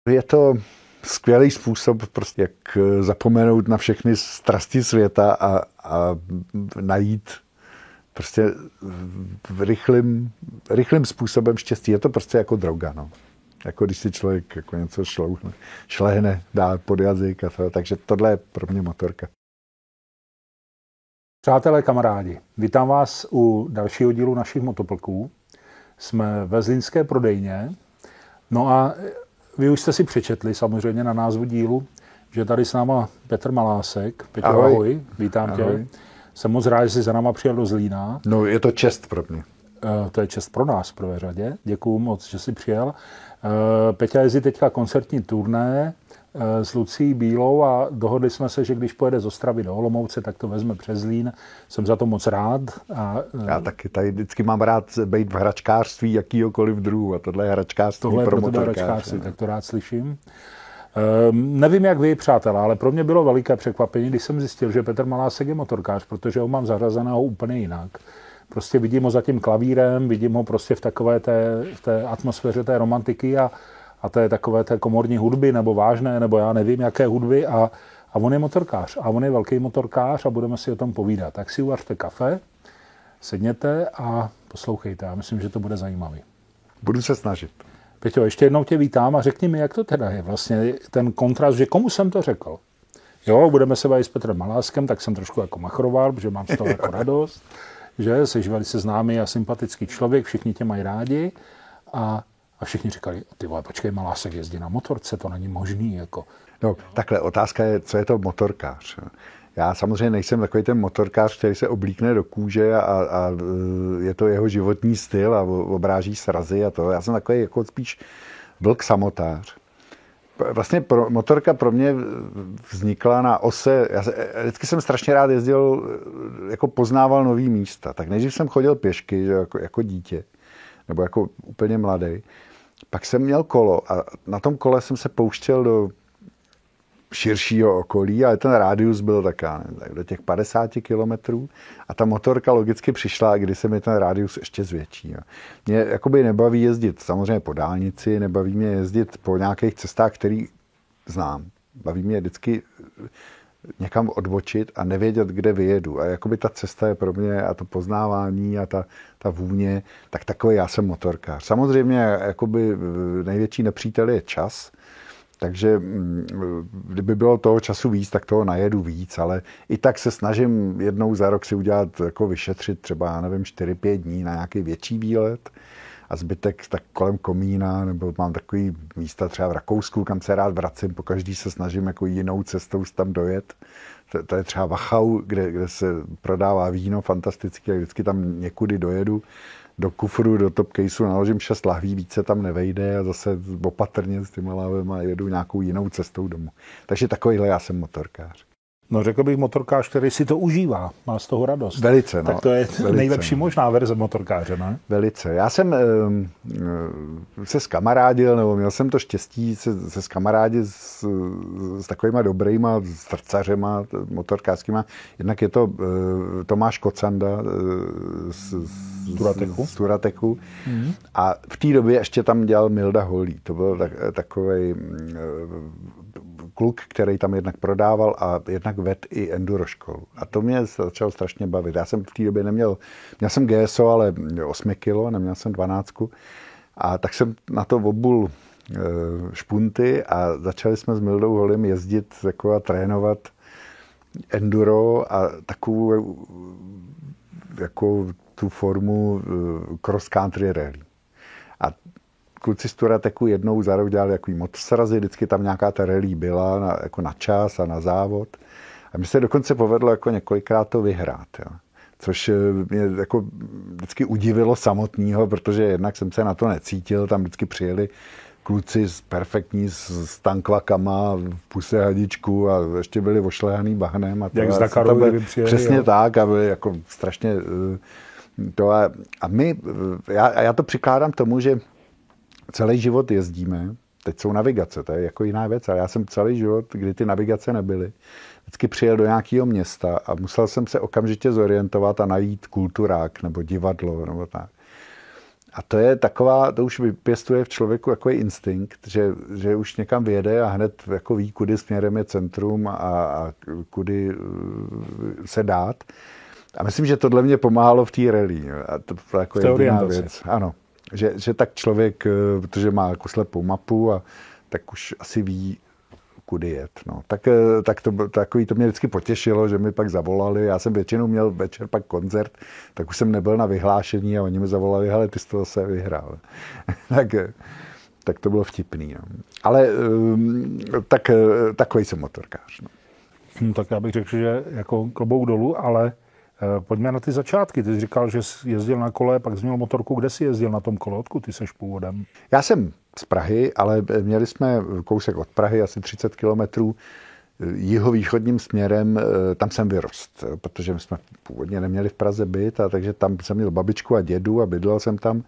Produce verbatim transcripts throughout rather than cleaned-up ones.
Je to skvělý způsob, prostě jak zapomenout na všechny strasti světa a, a najít prostě v rychlým, rychlým způsobem štěstí. Je to prostě jako droga, no. Jako když si člověk jako něco šlouhne, šlehne, dá pod jazyk a to. Takže tohle je pro mě motorka. Přátelé, kamarádi, vítám vás u dalšího dílu našich motoplků. Jsme ve zlínské prodejně. No a vy už jste si přečetli samozřejmě na názvu dílu, že tady s náma Petr Malásek. Petr, ahoj. ahoj, vítám ahoj. tě. Jsem moc rád, že jsi za náma přijel do Zlína. No, je to čest pro mě. To je čest pro nás v prvé řadě. Děkuju moc, že jsi přijel. Peťa jezdí teďka koncertní turné s Lucí Bílou a dohodli jsme se, že když pojede z Ostravy do Olomouce, tak to vezme přes Zlín. Jsem za to moc rád. A já taky tady vždycky mám rád být v hračkářství jakýhokoliv druhu a tohle je hračkářství tohle pro je motorkáře. Tak to rád slyším. Um, nevím, jak vy, přátelé, ale pro mě bylo veliké překvapení, když jsem zjistil, že Petr Malásek je motorkář, protože ho mám zařazeného úplně jinak. Prostě vidím ho za tím klavírem, vidím ho prostě v takové té, v té atmosféře té romantiky a, a té takové té komorní hudby, nebo vážné, nebo já nevím, jaké hudby. A, a on je motorkář. A on je velký motorkář a budeme si o tom povídat. Tak si uvařte kafe, sedněte a poslouchejte. Já myslím, že to bude zajímavý. Budu se snažit. Peťo, ještě jednou tě vítám a řekni mi, jak to teda je vlastně ten kontrast, že komu jsem to řekl. Jo, budeme se bavit s Petrem Maláskem, tak jsem trošku jako machroval, protože mám z toho jako radost, že jsi velice známý a sympatický člověk, všichni tě mají rádi a, a všichni říkali, ty vole, počkej, Malásek jezdí na motorce, to není možný. Jako. No, takhle, otázka je, co je to motorkář. Já samozřejmě nejsem takový ten motorkář, který se oblíkne do kůže a, a je to jeho životní styl a obráží srazy a to. Já jsem takový jako spíš vlk samotář. Vlastně pro, motorka pro mě vznikla na ose. Já se, vždycky jsem strašně rád jezdil, jako poznával nový místa. Tak nejdřív jsem chodil pěšky, že jako, jako dítě, nebo jako úplně mladý. Pak jsem měl kolo a na tom kole jsem se pouštěl do širšího okolí, ale ten rádius byl taká, ne, tak do těch padesáti kilometrů a ta motorka logicky přišla, když se mi ten rádius ještě zvětší. Mě jakoby nebaví jezdit samozřejmě po dálnici, nebaví mě jezdit po nějakých cestách, který znám. Baví mě vždycky někam odbočit a nevědět, kde vyjedu. A jakoby ta cesta je pro mě a to poznávání a ta, ta vůně, tak takový já jsem motorkář. Samozřejmě jakoby největší nepřítel je čas, takže kdyby bylo toho času víc, tak toho najedu víc, ale i tak se snažím jednou za rok si udělat, jako vyšetřit třeba, já nevím, čtyři pět dní na nějaký větší výlet a zbytek tak kolem komína, nebo mám takový místa třeba v Rakousku, kam se rád vracím, pokaždý se snažím jako jinou cestou tam dojet. To, to je třeba Wachau, kde, kde se prodává víno fantasticky a vždycky tam někudy dojedu. Do kufru, do top caseu naložím šest lahví, více tam nevejde a zase opatrně s těma lahvema jedu nějakou jinou cestou domů. Takže takovýhle já jsem motorkář. No řekl bych motorkář, který si to užívá, má z toho radost. Velice, no. Tak to je velice, nejlepší no. možná verze motorkáře, ne? Velice. Já jsem um, se skamarádil, nebo měl jsem to štěstí se, se skamarádit s, s takovýma dobrýma srdcařema motorkářskýma. Jednak je to uh, Tomáš Kocanda uh, z, z Turateku, z Turateku. Mm. A v té době ještě tam dělal Milda Holý. To byl tak, takovej uh, kluk, který tam jednak prodával a jednak vedl i enduro školu. A to mě začalo strašně bavit. Já jsem v té době neměl, měl jsem G S O, ale osm kilo, neměl jsem dvanáct. A tak jsem na to obul e, špunty a začali jsme s Mildou Holým jezdit jako a trénovat enduro a takovou jako tu formu cross country rally. A kluci z Turateku jednou za rok dělali takový motosrazy, vždycky tam nějaká ta rally byla na, jako na čas a na závod. A mi se dokonce povedlo jako několikrát to vyhrát. Jo. Což mě jako vždycky udivilo samotného, protože jednak jsem se na to necítil, tam vždycky přijeli kluci z perfektní s tankvakama v puse hadičku a ještě byli ošlehaný bahnem. A to, Jak z Dakaru by přijeli. Přesně jo. tak a byli jako strašně to a, a my, já, já to přikládám tomu, že celý život jezdíme, teď jsou navigace, to je jako jiná věc, ale já jsem celý život, kdy ty navigace nebyly, vždycky přijel do nějakého města a musel jsem se okamžitě zorientovat a najít kulturák nebo divadlo nebo tak. A to je taková, to už vypěstuje v člověku takový instinkt, že, že už někam vyjede a hned jako ví, kudy směrem je centrum a, a kudy se dát. A myslím, že tohle mě pomáhalo v té rally. A to byla jako jediná věc. Ano, že, že tak člověk, protože má jako slepou mapu, a tak už asi ví, kudy jet. No. Tak, tak to, takový to mě vždycky potěšilo, že mi pak zavolali. Já jsem většinou měl večer pak koncert, tak už jsem nebyl na vyhlášení a oni mi zavolali, hele, ty jsi to zase vyhrál. tak, tak to bylo vtipný. No. Ale tak, takový jsem motorkář. No. No, tak já bych řekl, že jako klobouk dolů, ale pojďme na ty začátky. Ty jsi říkal, že jsi jezdil na kole, pak jsi měl motorku. Kde jsi jezdil na tom kole? Odkud ty seš původem? Já jsem z Prahy, ale měli jsme kousek od Prahy, asi třicet kilometrů jihovýchodním směrem. Tam jsem vyrost, protože my jsme původně neměli v Praze byt, a takže tam jsem měl babičku a dědu a bydlel jsem tam.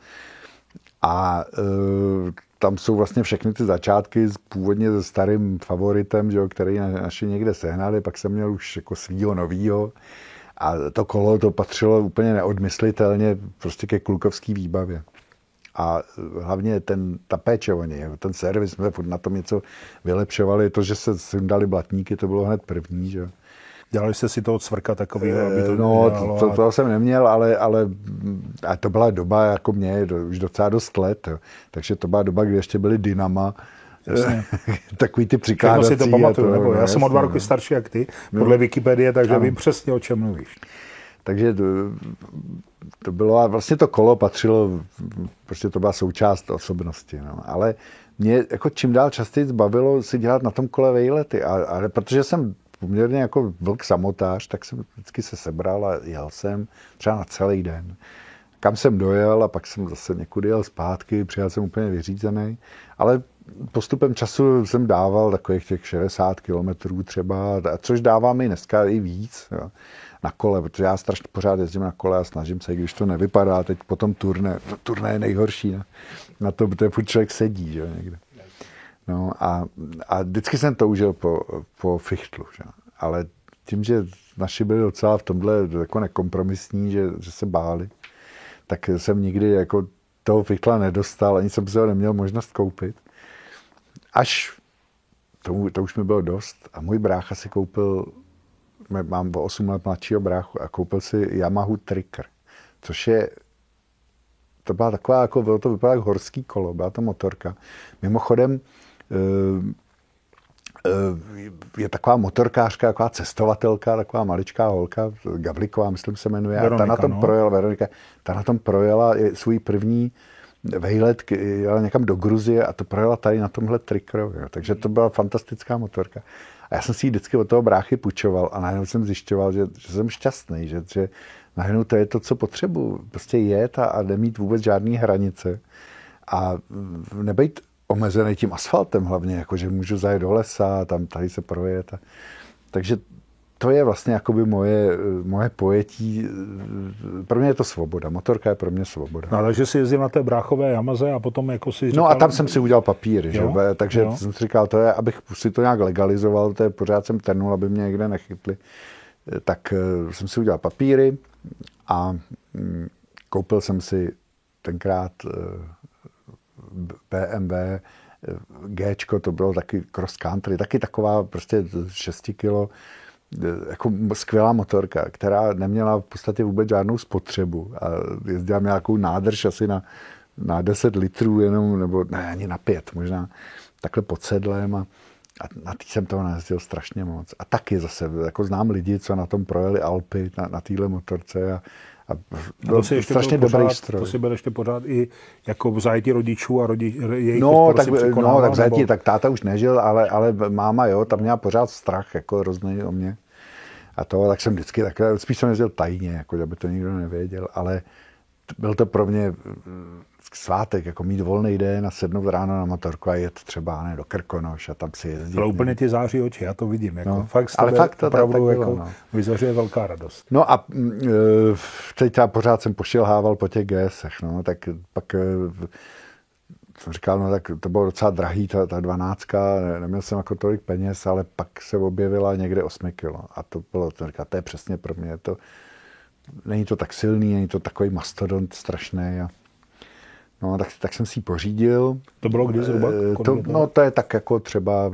A e, tam jsou vlastně všechny ty začátky původně se starým favoritem, že jo, který naši někde sehnali, pak jsem měl už jako svýho novýho. A to kolo to patřilo úplně neodmyslitelně prostě ke klukovský výbavě. A hlavně ten, ta péče o něj, ten servis, jsme furt na tom něco vylepšovali, to, že se sundali blatníky, to bylo hned první, že? Dělali jste si to od Cvrka takového, aby to No, to, to, to jsem neměl, ale, ale a to byla doba jako mě, už docela dost let, jo. Takže to byla doba, kdy ještě byly Dynama, takový ty přikládací. Si to pamatuju, to, nebo já jsem o dva roky starší jak ty, podle no. Wikipedie, takže ano. Vím přesně, o čem mluvíš. Takže to, to bylo, a vlastně to kolo patřilo, prostě to byla součást osobnosti, no. Ale mě jako čím dál častěji bavilo si dělat na tom kole vejlety, a, a protože jsem poměrně jako vlk samotář, tak jsem vždycky se sebral a jel jsem třeba na celý den. Kam jsem dojel a pak jsem zase někudy jel zpátky, přijel jsem úplně vyřízený, ale postupem času jsem dával takových těch šedesát kilometrů třeba, což dává mi dneska i víc, jo, na kole, protože já strašně pořád jezdím na kole a snažím se, i když to nevypadá, teď potom turné, turné je nejhorší, na, na to, protože furt člověk sedí, že, někde. No a, a vždycky jsem toužil po, po fichtlu, že? Ale tím, že naši byli docela v tomhle jako nekompromisní, že, že se báli, tak jsem nikdy jako toho fichtla nedostal, ani jsem si ho neměl možnost koupit. Až, to, to už mi bylo dost, a můj brácha si koupil, mám o osm let mladšího bráchu, a koupil si Yamahu Tricker, což je, to byla taková, jako bylo to vypadá jako horský kolo, byla to motorka. Mimochodem, je taková motorkářka, taková cestovatelka, taková maličká holka, Gavliková, myslím se jmenuje, Veronika, a ta na tom no. projela, Veronika, ta na tom projela svůj první vejlet, jela někam do Gruzie a to projela tady na tomhle Trickeru. Takže to byla fantastická motorka. A já jsem si ji vždycky od toho bráchy půjčoval a najednou jsem zjišťoval, že, že jsem šťastný, že, že najednou to je to, co potřebuji. Prostě jet a, a nemít vůbec žádný hranice. A nebejt omezený tím asfaltem hlavně, jako že můžu zajet do lesa, tam tady se projet. A, takže to je vlastně jakoby moje, moje pojetí. Pro mě je to svoboda. Motorka je pro mě svoboda. No, takže si jezdil na té bráchové Yamaze a potom jako si říkal... No a tam jsem si udělal papíry, že? Takže jo. jsem si říkal, to je, abych si to nějak legalizoval, to je pořád jsem trnul, aby mě někde nechytli. Tak jsem si udělal papíry a koupil jsem si tenkrát bé em vé Géčko, to bylo taky cross country, taky taková prostě šest kilo, jako skvělá motorka, která neměla v podstatě vůbec žádnou spotřebu a jezdila nějakou nádrž asi na, na deset litrů jenom, nebo ne, ani na pět možná, takhle pod sedlem, a, a na tý jsem toho najezdil strašně moc. A taky zase, jako znám lidi, co na tom projeli Alpy, na, na téhle motorce, a A to si ještě strašně dobrý stroj. To si byl ještě pořád i jako v zajetí rodičů a rodi, jejich no, tak, no, tak v zajetí, nebo... tak táta už nežil, ale, ale máma, jo, tam měla pořád strach, jako hrozný o mě. A to, tak jsem vždycky takhle, spíš jsem jezdil tajně, jako, aby to nikdo nevěděl, ale byl to pro mě svátek, jako mít volný den a sednout ráno na motorku a jet třeba ne, do Krkonoš a tam si jezdit. Ale úplně ti září oči, já to vidím. Jako, no, fakt ale fakt to opravdu tak bylo, jako no. vyzařuje velká radost. No a e, teď já pořád jsem pošilhával po těch G S ech, no, tak pak e, jsem říkal, no tak to bylo docela drahý, ta, ta dvanáctka, ne, neměl jsem jako tolik peněz, ale pak se objevila někde osm kilo a to bylo, to, říkal, to je přesně pro mě, to, není to tak silný, není to takový mastodont strašný. A, No, tak, tak jsem si ji pořídil. To bylo kdy zhruba? To, no, to je tak jako třeba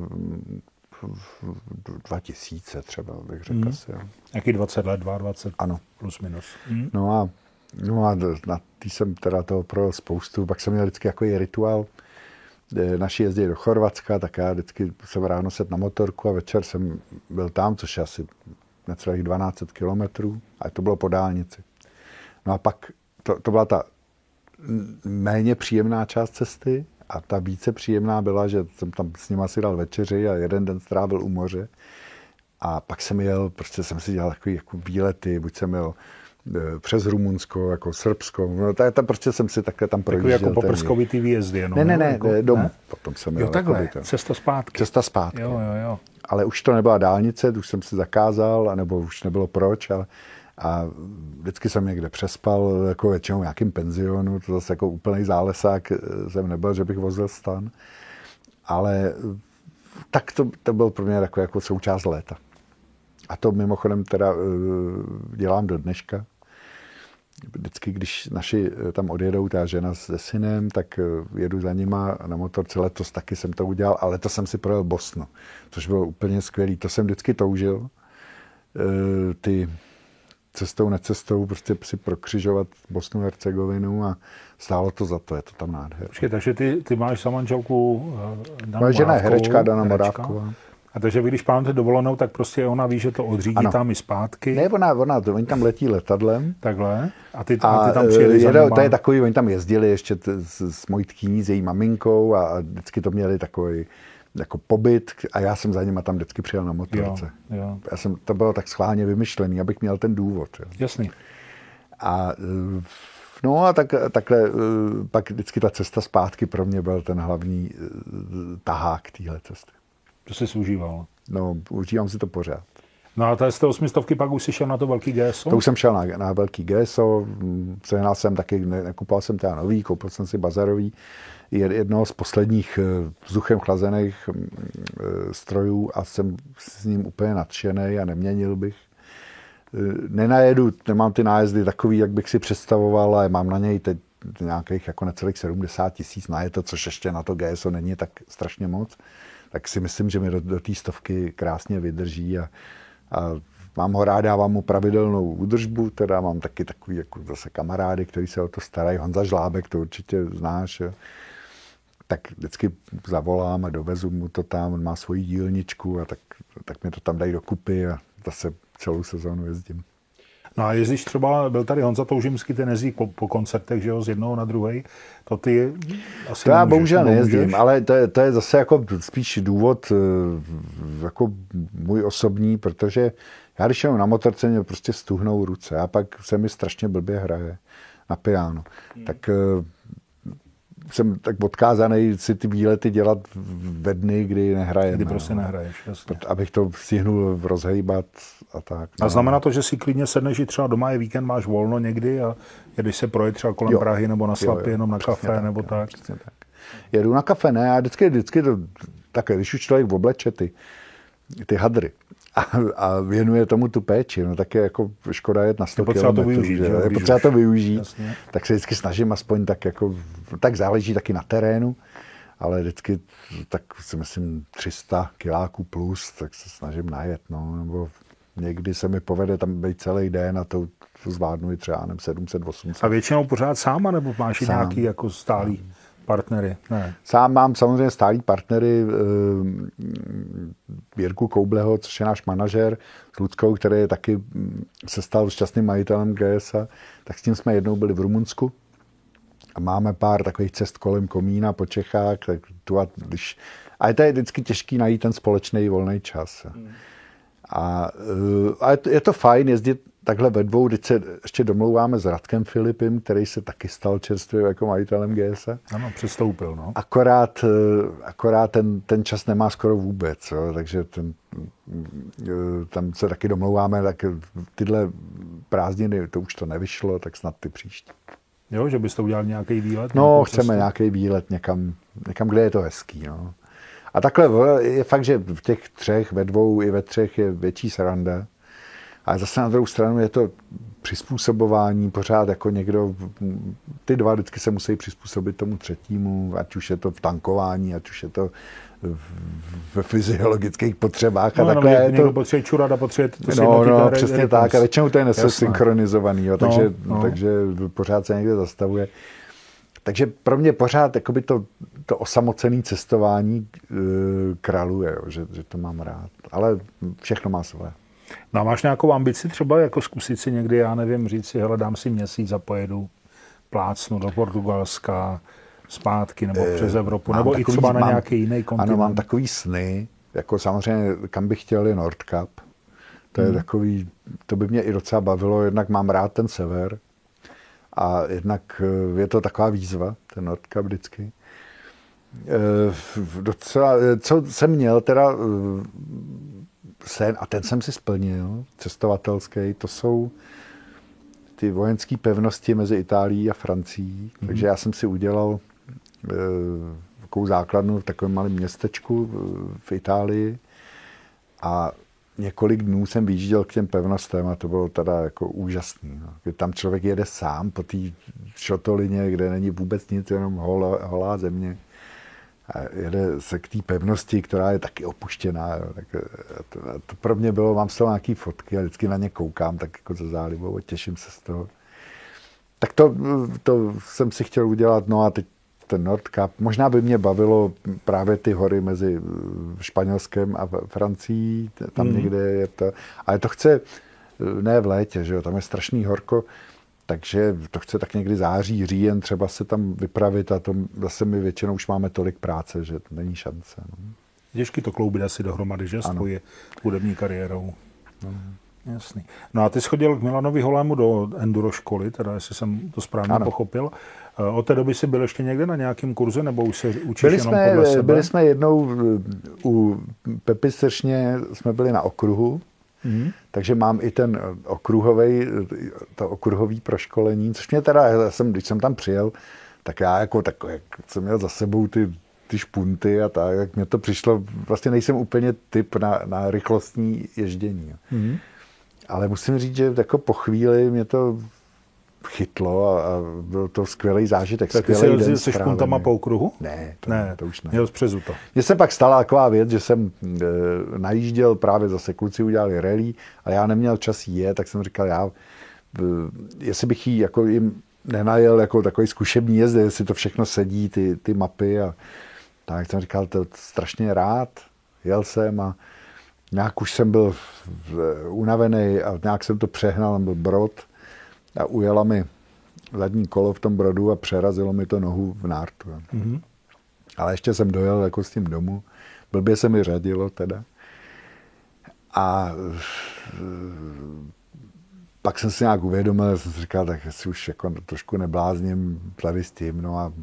dva tisíce třeba, bych řekl hmm. si. Jo. Jaký dvacet let, dvacet dva ano. Plus minus. Hmm. No a, no a na tý jsem teda toho projel spoustu. Pak jsem měl vždycky jako je rituál. Naši jezdí do Chorvatska, tak já vždycky jsem ráno set na motorku a večer jsem byl tam, což je asi necelých dvanáct set kilometrů. A to bylo po dálnici. No a pak to, to byla ta méně příjemná část cesty a ta více příjemná byla, že jsem tam s nima si dal večeři a jeden den strávil u moře a pak jsem jel, prostě jsem si dělal takový jako výlety, buď jsem jel přes Rumunsko, jako Srbsko, no tak tam prostě jsem si takhle tam projížděl. Takový jako poprskovitý výjezdy, no. Ne, ne, ne, jako, domů. Ne? Potom jsem jel. Jo, takhle, cesta zpátky. Cesta zpátky. Jo, jo, jo. Ale už to nebyla dálnice, už jsem si zakázal, nebo už nebylo proč, ale a vždycky jsem někde přespal, jako většinou v nějakým penzionu, to zase jako úplný zálesák jsem nebyl, že bych vozil stan, ale tak to, to byl pro mě takový jako součást léta. A to mimochodem teda dělám do dneška. Vždycky, když naši tam odjedou, ta žena se synem, tak jedu za nima na motorce. Letos taky jsem to udělal, ale letos jsem si projel Bosnu, což bylo úplně skvělý. To jsem vždycky toužil. Ty cestou, necestou, prostě si prokřižovat Bosnu, Hercegovinu a stálo to za to, je to tam nádherné. Počkej, takže ty, ty máš za manželku Danu Moje žena je herečka Dana Morávková. A takže vy, když plánujete dovolenou, tak prostě ona ví, že to odřídí ano. tam i zpátky. Ne, ona, ona, oni tam letí letadlem. Takhle. A ty, a ty tam přijeli za nima. To je takový, oni tam jezdili ještě t, s, s mojí tchýní, s její maminkou a, a vždycky to měli takový jako pobyt a já jsem za nima tam vždycky přijel na motorce. Jo, jo. Já jsem, to bylo tak schválně vymyšlený, abych měl ten důvod. Jo. Jasný. A no a tak, takhle pak vždycky ta cesta zpátky pro mě byl ten hlavní tahák téhle cesty. To jsi užíval? No, užívám si to pořád. No a z té osmistovky pak už jsi šel na to velký G S O? To už jsem šel na, na velký G S O, sehnal jsem taky, ne, nekupoval jsem teda nový, koupil jsem si bazarový, jednoho z posledních vzduchem chlazených strojů a jsem s ním úplně nadšenej a neměnil bych. Nenajedu, nemám ty nájezdy takový, jak bych si představoval, ale mám na něj teď nějakých jako necelých sedmdesát tisíc najeto, což ještě na to G S O není tak strašně moc. Tak si myslím, že mi do, do té stovky krásně vydrží a, a mám ho rád, dávám mu pravidelnou údržbu, teda mám taky takový jako zase kamarády, kteří se o to starají. Honza Žlábek, to určitě znáš, jo. Tak vždycky zavolám a dovezu mu to tam, on má svoji dílničku a tak, tak mi to tam dají dokupy a zase celou sezónu jezdím. No a jezdíš třeba, byl tady Honza Toužimský, ten jezdí po, po koncertech, že jo, z jednoho na druhý, to ty asi to já bohužel nejezdím, ale to je, to je zase jako spíš důvod jako můj osobní, protože já když jenom na motorce, mě prostě stuhnou ruce a pak se mi strašně blbě hraje na piano. Hmm. Tak jsem tak odkázaný si ty výlety dělat ve dny, kdy nehrajeme. Kdy prostě no. nehraješ, jasně. Abych to stihnul rozhejbat a tak. No. A znamená to, že si klidně sedneš i třeba doma je víkend, máš volno někdy a jedeš se projet třeba kolem jo. Prahy nebo na Slapě, jenom na kafe tak, nebo tak. tak. Jedu na kafe, ne, a vždycky, vždycky to, tak, když už člověk obleče ty, ty hadry a, a věnuje tomu tu péči, no tak je jako škoda jet na sto kilometrů. Je potřeba to využít, jasně. Tak se vždycky snažím aspoň tak jako, tak záleží taky na terénu, ale vždycky tak si myslím tři sta kiláků plus, tak se snažím najet, no, nebo někdy se mi povede tam být celý den a to, to zvládnu i třeba sedm set osm set. A většinou pořád sáma, nebo máš i nějaký jako stálý sám. Partnery? Ne. Sám mám samozřejmě stálý partnery, Jirku Koubleho, což je náš manažer, s Luckou, který je taky se stal šťastným majitelem G S A, tak s tím jsme jednou byli v Rumunsku a máme pár takových cest kolem Komína po Čechách, tak tu a když... A to je vždycky těžký najít ten společný volný čas. Hmm. A, a je, to, je to fajn jezdit takhle ve dvou, když se ještě domlouváme s Radkem Filipem, který se taky stal čerstvě jako majitelem G S A. Ano, přestoupil, no. Akorát, akorát ten, ten čas nemá skoro vůbec, jo, takže ten, tam se taky domlouváme, tak tyhle prázdniny, to už to nevyšlo, tak snad ty příští. Jo, že byste udělali nějaký výlet? No, chceme cestu? Nějaký výlet někam, někam, kde je to hezký, no. A takhle je fakt, že v těch třech, ve dvou i ve třech je větší sranda. Ale zase na druhou stranu je to přizpůsobování pořád jako někdo, ty dva vždycky se musí přizpůsobit tomu třetímu, ať už je to v tankování, ať už je to ve fyziologických potřebách. No, a takhle no, je někdo to... potřebuje čurat a potřebuje to No, no, přesně tak. A většinou to je nesynchronizovaný, jo, takže, no, no. takže pořád se někde zastavuje. Takže pro mě pořád jakoby to, to osamocené cestování e, králuje, jo, že, že to mám rád. Ale všechno má své. No a máš nějakou ambici třeba jako zkusit si někdy, já nevím, říct si, hele, dám si měsíc a pojedu plácnu do Portugalska, zpátky, nebo přes Evropu, nebo takový, i třeba na mám, nějaký jiný kontinent. Ano, mám takový sny, jako samozřejmě, kam bych chtěl je Nordkap. To je hmm. takový, to by mě i docela bavilo, jednak mám rád ten sever a jednak je to taková výzva, ten Nordkap vždycky. E, docela, co jsem měl teda sen, a ten jsem si splnil, cestovatelský, to jsou ty vojenské pevnosti mezi Itálií a Francií. Hmm. Takže já jsem si udělal e, takovou základnu v takovém malém městečku v Itálii a několik dnů jsem vyjížděl k těm pevnostem a to bylo teda jako úžasný. No. Tam člověk jede sám po té šotolině, kde není vůbec nic, jenom holá, holá země. A jede se k té pevnosti, která je taky opuštěná. Jo. Tak to, to pro mě bylo, mám z toho nějaký fotky a vždycky na ně koukám, tak jako za zálibou a těším se z toho. Tak to, to jsem si chtěl udělat, no a teď ten Nordkap. Možná by mě bavilo právě ty hory mezi Španělskem a Francií, tam mm. někde je to. Ale to chce, ne v létě, že jo, tam je strašný horko, takže to chce tak někdy září, říjen třeba se tam vypravit a to zase my většinou už máme tolik práce, že to není šance. No. Těžký to kloubit asi dohromady, že, s tvojí hudební kariérou. No. Jasný. No a ty jsi chodil k Milanovi Holému do enduro školy, teda jestli jsem to správně ano. pochopil. Od té doby jsi byl ještě někde na nějakém kurzu, nebo už se učíš byli jenom jsme, podle sebe? Byli jsme jednou u Pepy Sršně, jsme byli na okruhu, mm. takže mám i ten okruhovej, to okruhový proškolení, což mě teda, já jsem, když jsem tam přijel, tak já jako takový, jak jsem měl za sebou ty, ty špunty a tak, jak mě to přišlo, vlastně nejsem úplně typ na, na rychlostní ježdění. Mm. Ale musím říct, že jako po chvíli mě to chytlo a, a byl to skvělý zážitek. Tak ty jsi jezdil se špuntama po okruhu? Ne, to, ne, to už ne. Měl jsi přezu to. Mně se pak stala taková věc, že jsem e, najížděl, právě zase kluci udělali rally a já neměl čas jet, tak jsem říkal, já, e, jestli bych jí jako jim nenajel jako takový zkušební jezdy, jestli to všechno sedí, ty, ty mapy a tak jsem říkal, to strašně rád, jel jsem a nějak už jsem byl unavený a nějak jsem to přehnal, byl brod a ujela mi zadní kolo v tom brodu a přerazilo mi to nohu v nártu. Mm-hmm. Ale ještě jsem dojel jako s tím domů. Blbě se mi řadilo teda. A pak jsem si nějak uvědomil, jsem si říkal, tak si už jako trošku neblázním tady s tím. No a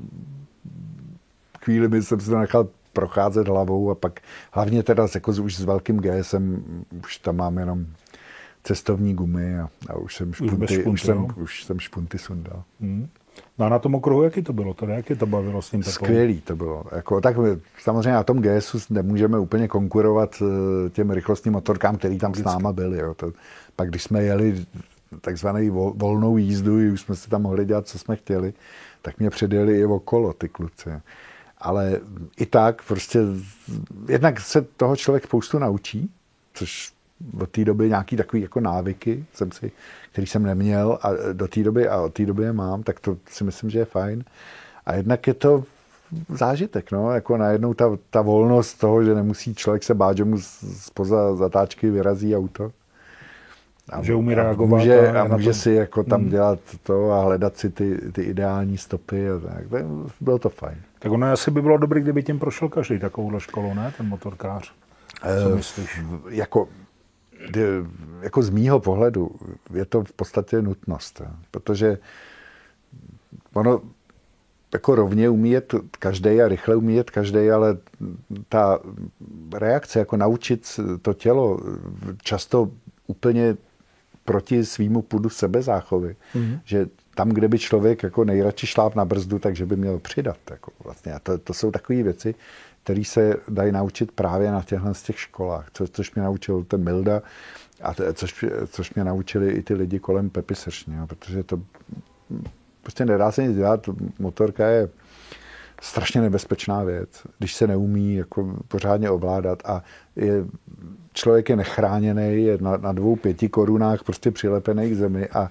chvíli mi jsem si to nechal procházet hlavou a pak hlavně teda jako už s velkým GSem už tam mám jenom cestovní gumy a, a už jsem špunty, už, špunty, už, jsem, už jsem špunty sundal. Hmm. No a na tom okruhu, jaký to bylo? Teda, jaký to bavilo s tím Pepou? Skvělý to bylo. Jako, tak samozřejmě na tom G S u nemůžeme úplně konkurovat těm rychlostním motorkám, který tam Vždycky. s náma byli. Jo. To, pak když jsme jeli takzvanou vol, volnou jízdu, už jsme si tam mohli dělat, co jsme chtěli, tak mě předjeli i okolo ty kluci. Ale i tak prostě jednak se toho člověk spoustu naučí, což od té doby nějaký takový jako návyky, jsem si, který jsem neměl a do té doby a od té doby je mám, tak to si myslím, že je fajn. A jednak je to zážitek, no, jako najednou ta, ta volnost toho, že nemusí člověk se bát, že mu spoza zatáčky vyrazí auto. A, že umí reagovat. A může, a může to... si jako tam hmm. dělat to a hledat si ty, ty ideální stopy a tak. Bylo to fajn. Tak ono asi by bylo dobré, kdyby tím prošel každý takovouhle školu, ne? Ten motorkář. Co uh, myslíš? Jako, jako z mýho pohledu je to v podstatě nutnost. Protože ono jako rovně umí jet každý a rychle umí jet každý, ale ta reakce, jako naučit to tělo často úplně proti svýmu půdu sebezáchovy, mm-hmm. že tam, kde by člověk jako nejradši šláp na brzdu, takže by měl přidat. Jako vlastně. A to, to jsou takové věci, které se dají naučit právě na těchto z těch školách, co, což mě naučil ten Milda A to, což, což mě naučili i ty lidi kolem Pepy Sršně, protože to prostě nedá se nic dělat. Motorka je strašně nebezpečná věc, když se neumí jako pořádně ovládat a je, člověk je nechráněný, je na, na dvou pěti korunách prostě přilepený k zemi a,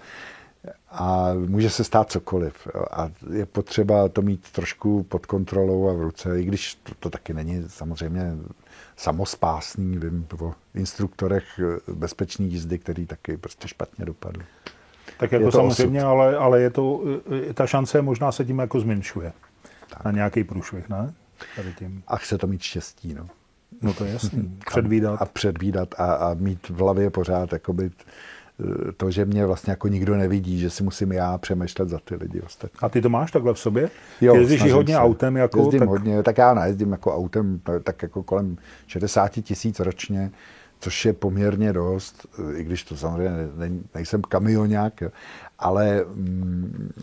a může se stát cokoliv. A je potřeba to mít trošku pod kontrolou a v ruce, i když to, to taky není samozřejmě samospásný, vím o instruktorech bezpečné jízdy, který taky prostě špatně dopadl. Tak jako samozřejmě, ale, ale je to, ta šance možná se tím jako zmenšuje. Tak. Na nějaký průšvih, ne? Tady tím. A chce to mít štěstí, no. No to je jasný. Předvídat. A, a předvídat a, a mít v hlavě pořád jakoby to, že mě vlastně jako nikdo nevidí, že si musím já přemýšlet za ty lidi ostatní. A ty to máš takhle v sobě? Jo, ty jezdíš hodně se. autem? Jako, jezdím tak... hodně, tak já nejezdím jako autem, tak jako kolem šedesát tisíc ročně, což je poměrně dost, i když to samozřejmě ne, nejsem kamionák, ale mm,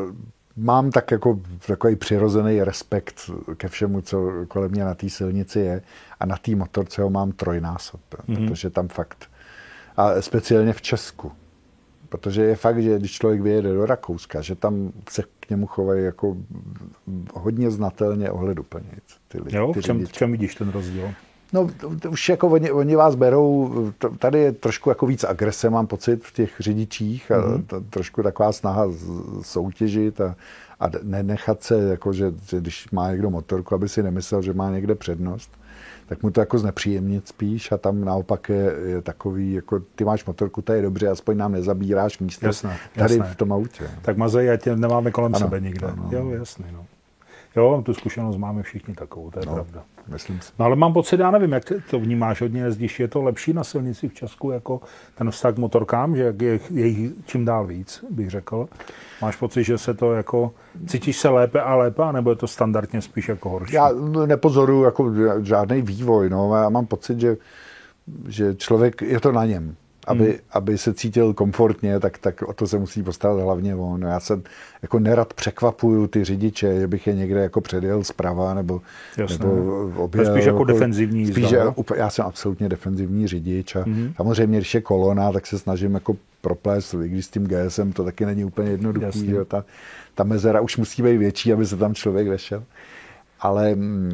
mám tak jako takový přirozený respekt ke všemu, co kolem mě na té silnici je a na té motorce ho mám trojnásob, mm-hmm. protože tam fakt, a speciálně v Česku, protože je fakt, že když člověk vyjede do Rakouska, že tam se k němu chovají jako hodně znatelně ohleduplně ty lidi. Jo, v čem, v čem vidíš ten rozdíl? No, už jako oni, oni vás berou, tady je trošku jako víc agrese, mám pocit, v těch řidičích a mm-hmm. to, trošku taková snaha soutěžit a, a nenechat se, jako, že, že když má někdo motorku, aby si nemyslel, že má někde přednost, tak mu to jako znepříjemnit spíš a tam naopak je, je takový, jako ty máš motorku, to je dobře, aspoň nám nezabíráš místo jasné, tady jasné. v tom autě. Tak mazej, ať nemáme kolem ano, sebe nikde. Ano. Jo, jasný, no. Jo, tu zkušenost máme všichni takovou, to je no, pravda. Myslím si. No ale mám pocit, já nevím, jak to vnímáš, hodně jezdíš, je to lepší na silnici v Česku jako ten vztah k motorkám, že je, je jich čím dál víc, bych řekl. Máš pocit, že se to jako, cítíš se lépe a lépe, anebo je to standardně spíš jako horší? Já nepozoruju jako žádný vývoj, no, já mám pocit, že, že člověk, je to na něm. Aby, hmm. aby se cítil komfortně, tak, tak o to se musí postarat hlavně on. Já se jako nerad překvapuju ty řidiče, že bych je někde jako předjel zprava nebo, nebo objel. To je spíš jako, jako defenzivní jízda. Spíš, já, já jsem absolutně defenzivní řidič a hmm. samozřejmě, když je kolona, tak se snažím jako proplést, i když s tím G S em to taky není úplně jednoduchý. Jo, ta, ta mezera už musí být větší, aby se tam člověk vešel. Ale,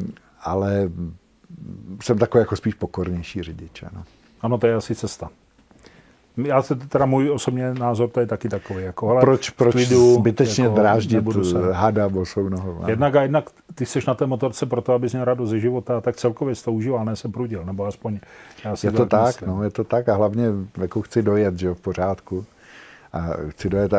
ale jsem takový jako spíš pokornější řidič. No. Ano, to je asi cesta. Já se teda můj osobně názor, to je taky takový. Jako, hele, proč proč klidu, zbytečně jako, dráždit hada bosou nohou? Jednak a jednak ty jsi na té motorce proto, abys měl radost ze života, tak celkově jsi to užíval, ne se prudil, nebo aspoň já si je to tak, myslím. No, je to tak a hlavně jako chci dojet, že jo, v pořádku. A chci dojet a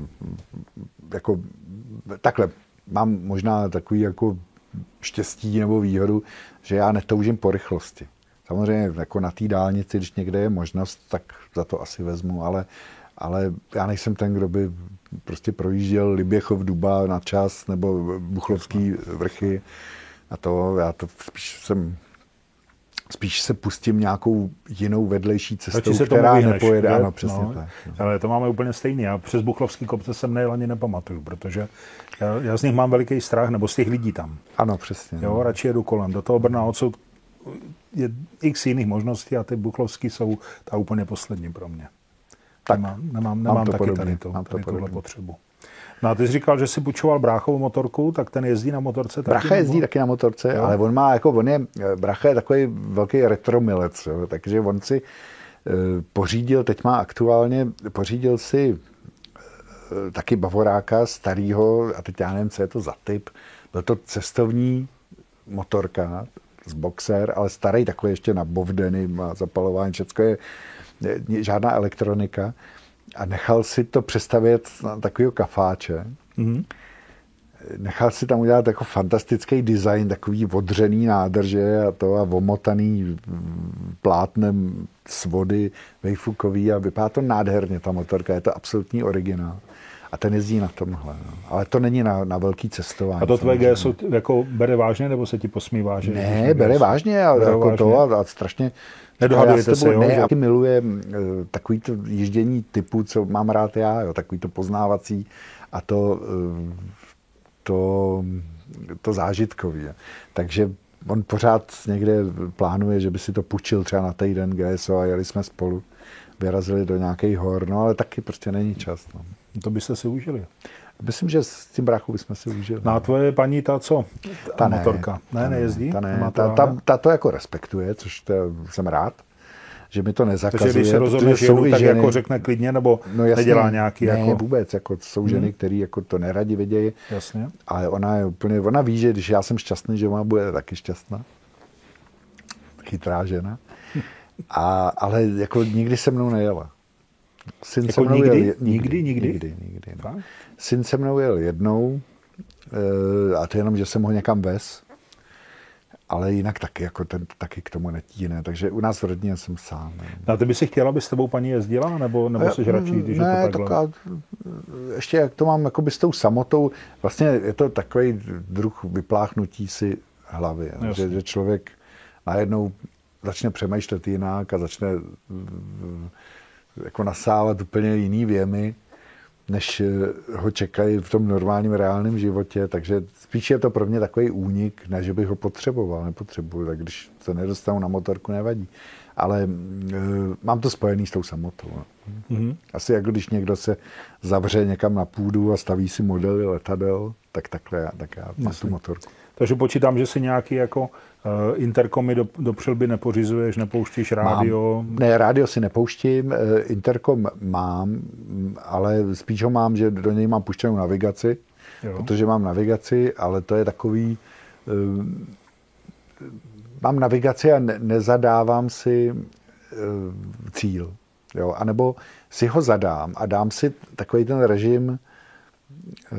jako takhle, mám možná takový jako štěstí nebo výhodu, že já netoužím po rychlosti. Samozřejmě jako na té dálnici, když někde je možnost, tak za to asi vezmu, ale, ale já nejsem ten, kdo by prostě projížděl Liběchov Duba na čas nebo Buchlovský vrchy a to, já to spíš jsem, spíš se pustím nějakou jinou vedlejší cestou, která vyhneš, nepojede. Ano, přesně no, tak. No. Ale to máme úplně stejný. Já přes Buchlovský kopce jsem nejel ani nepamatuju, protože já, já z nich mám veliký strach, nebo z těch lidí tam. Ano, přesně. Jo, no. Radši jedu kolem. Do toho Brna odsud je x jiných možností a ty Buchlovský jsou ta úplně poslední pro mě. Tak, nemám nemám, nemám taky podobně, tady, to, tady tuhle potřebu. No a ty jsi říkal, že si půjčoval bráchovu motorku, tak ten jezdí na motorce taky? Bracha jezdí nebo? Taky na motorce, jo. Ale on má, jako on je, Bracha je takový velký retromilec, jo, takže on si uh, pořídil, teď má aktuálně, pořídil si uh, taky bavoráka starýho, a teď já nevím, co je to za typ, byl to cestovní motorka, z Boxer, ale starý takový ještě na bovdeny, má zapalování, všecko je, je žádná elektronika a nechal si to přestavět na takovýho kafáče. Mm-hmm. Nechal si tam udělat jako fantastický design, takový odřený nádrže a to a omotaný plátnem svody vejfukový a vypadá to nádherně, ta motorka, je to absolutní originál. A ten jezdí na tomhle. No. Ale to není na, na velký cestování. A to tvoje G S jako bere vážně, nebo se ti posmívá? Že ne, bere vážně a, bere jako vážně. To a, a strašně... Nedohadujete se, jo? Ne, že... a miluje takový to jíždění typu, co mám rád já, jo, takový to poznávací a to, to, to zážitkový. Takže on pořád někde plánuje, že by si to půjčil třeba na týden G S O a jeli jsme spolu. Vyrazili do nějakých hor, no ale taky prostě není čas. No. To byste si užili. Myslím, že s tím bráchou bychom si užili. No a tvoje paní ta co? Ta, ta motorka. Ne, ta nejezdí? Ta, ne, ta, ta, ta to jako respektuje, což to, jsem rád, že mi to nezakazuje. Takže když se rozhodne, že jedu, tak ženy, jako řekne klidně, nebo no jasně, nedělá nějaký ne, jako... vůbec, jako jsou ženy, hmm. které jako to neradi vidějí. Jasně. Ale ona je úplně, ona ví, že když já jsem šťastný, že ona bude taky šťastná. Chytrá žena. A, ale jako nikdy se mnou nejela. Syn jako se mnou nikdy? Jel, nikdy? Nikdy? Nikdy, nikdy, nikdy no. Syn se mnou jel jednou, a to jenom, že jsem ho někam vez, ale jinak taky, jako ten, taky k tomu netíne. Takže u nás v rodině jsem sám. No a ty by si chtěla, aby s tebou paní jezdila, nebo, nebo jsi radši, když ne, je to takhle? Tak ještě jak to mám jakoby s tou samotou, vlastně je to takový druh vypláchnutí si hlavy. Že, že člověk najednou začne přemýšlet jinak a začne jako nasávat úplně jiný věmy, než ho čekají v tom normálním reálném životě, takže spíš je to pro mě takový únik, ne, že bych ho potřeboval, nepotřebuju, tak když se nedostanu na motorku, nevadí. Ale e, mám to spojený s tou samotou. Mm-hmm. Asi jako když někdo se zavře někam na půdu a staví si modely letadel, tak takhle já, tak já mám tu motorku. Takže počítám, že si nějaký jako uh, interkomy do, do přilby nepořizuješ, nepouštíš rádio? Mám. Ne, rádio si nepouštím, interkom mám, ale spíš ho mám, že do něj mám puštěnou navigaci, jo. Protože mám navigaci, ale to je takový... Uh, mám navigaci a ne, nezadávám si uh, cíl. Jo? A nebo si ho zadám a dám si takový ten režim uh,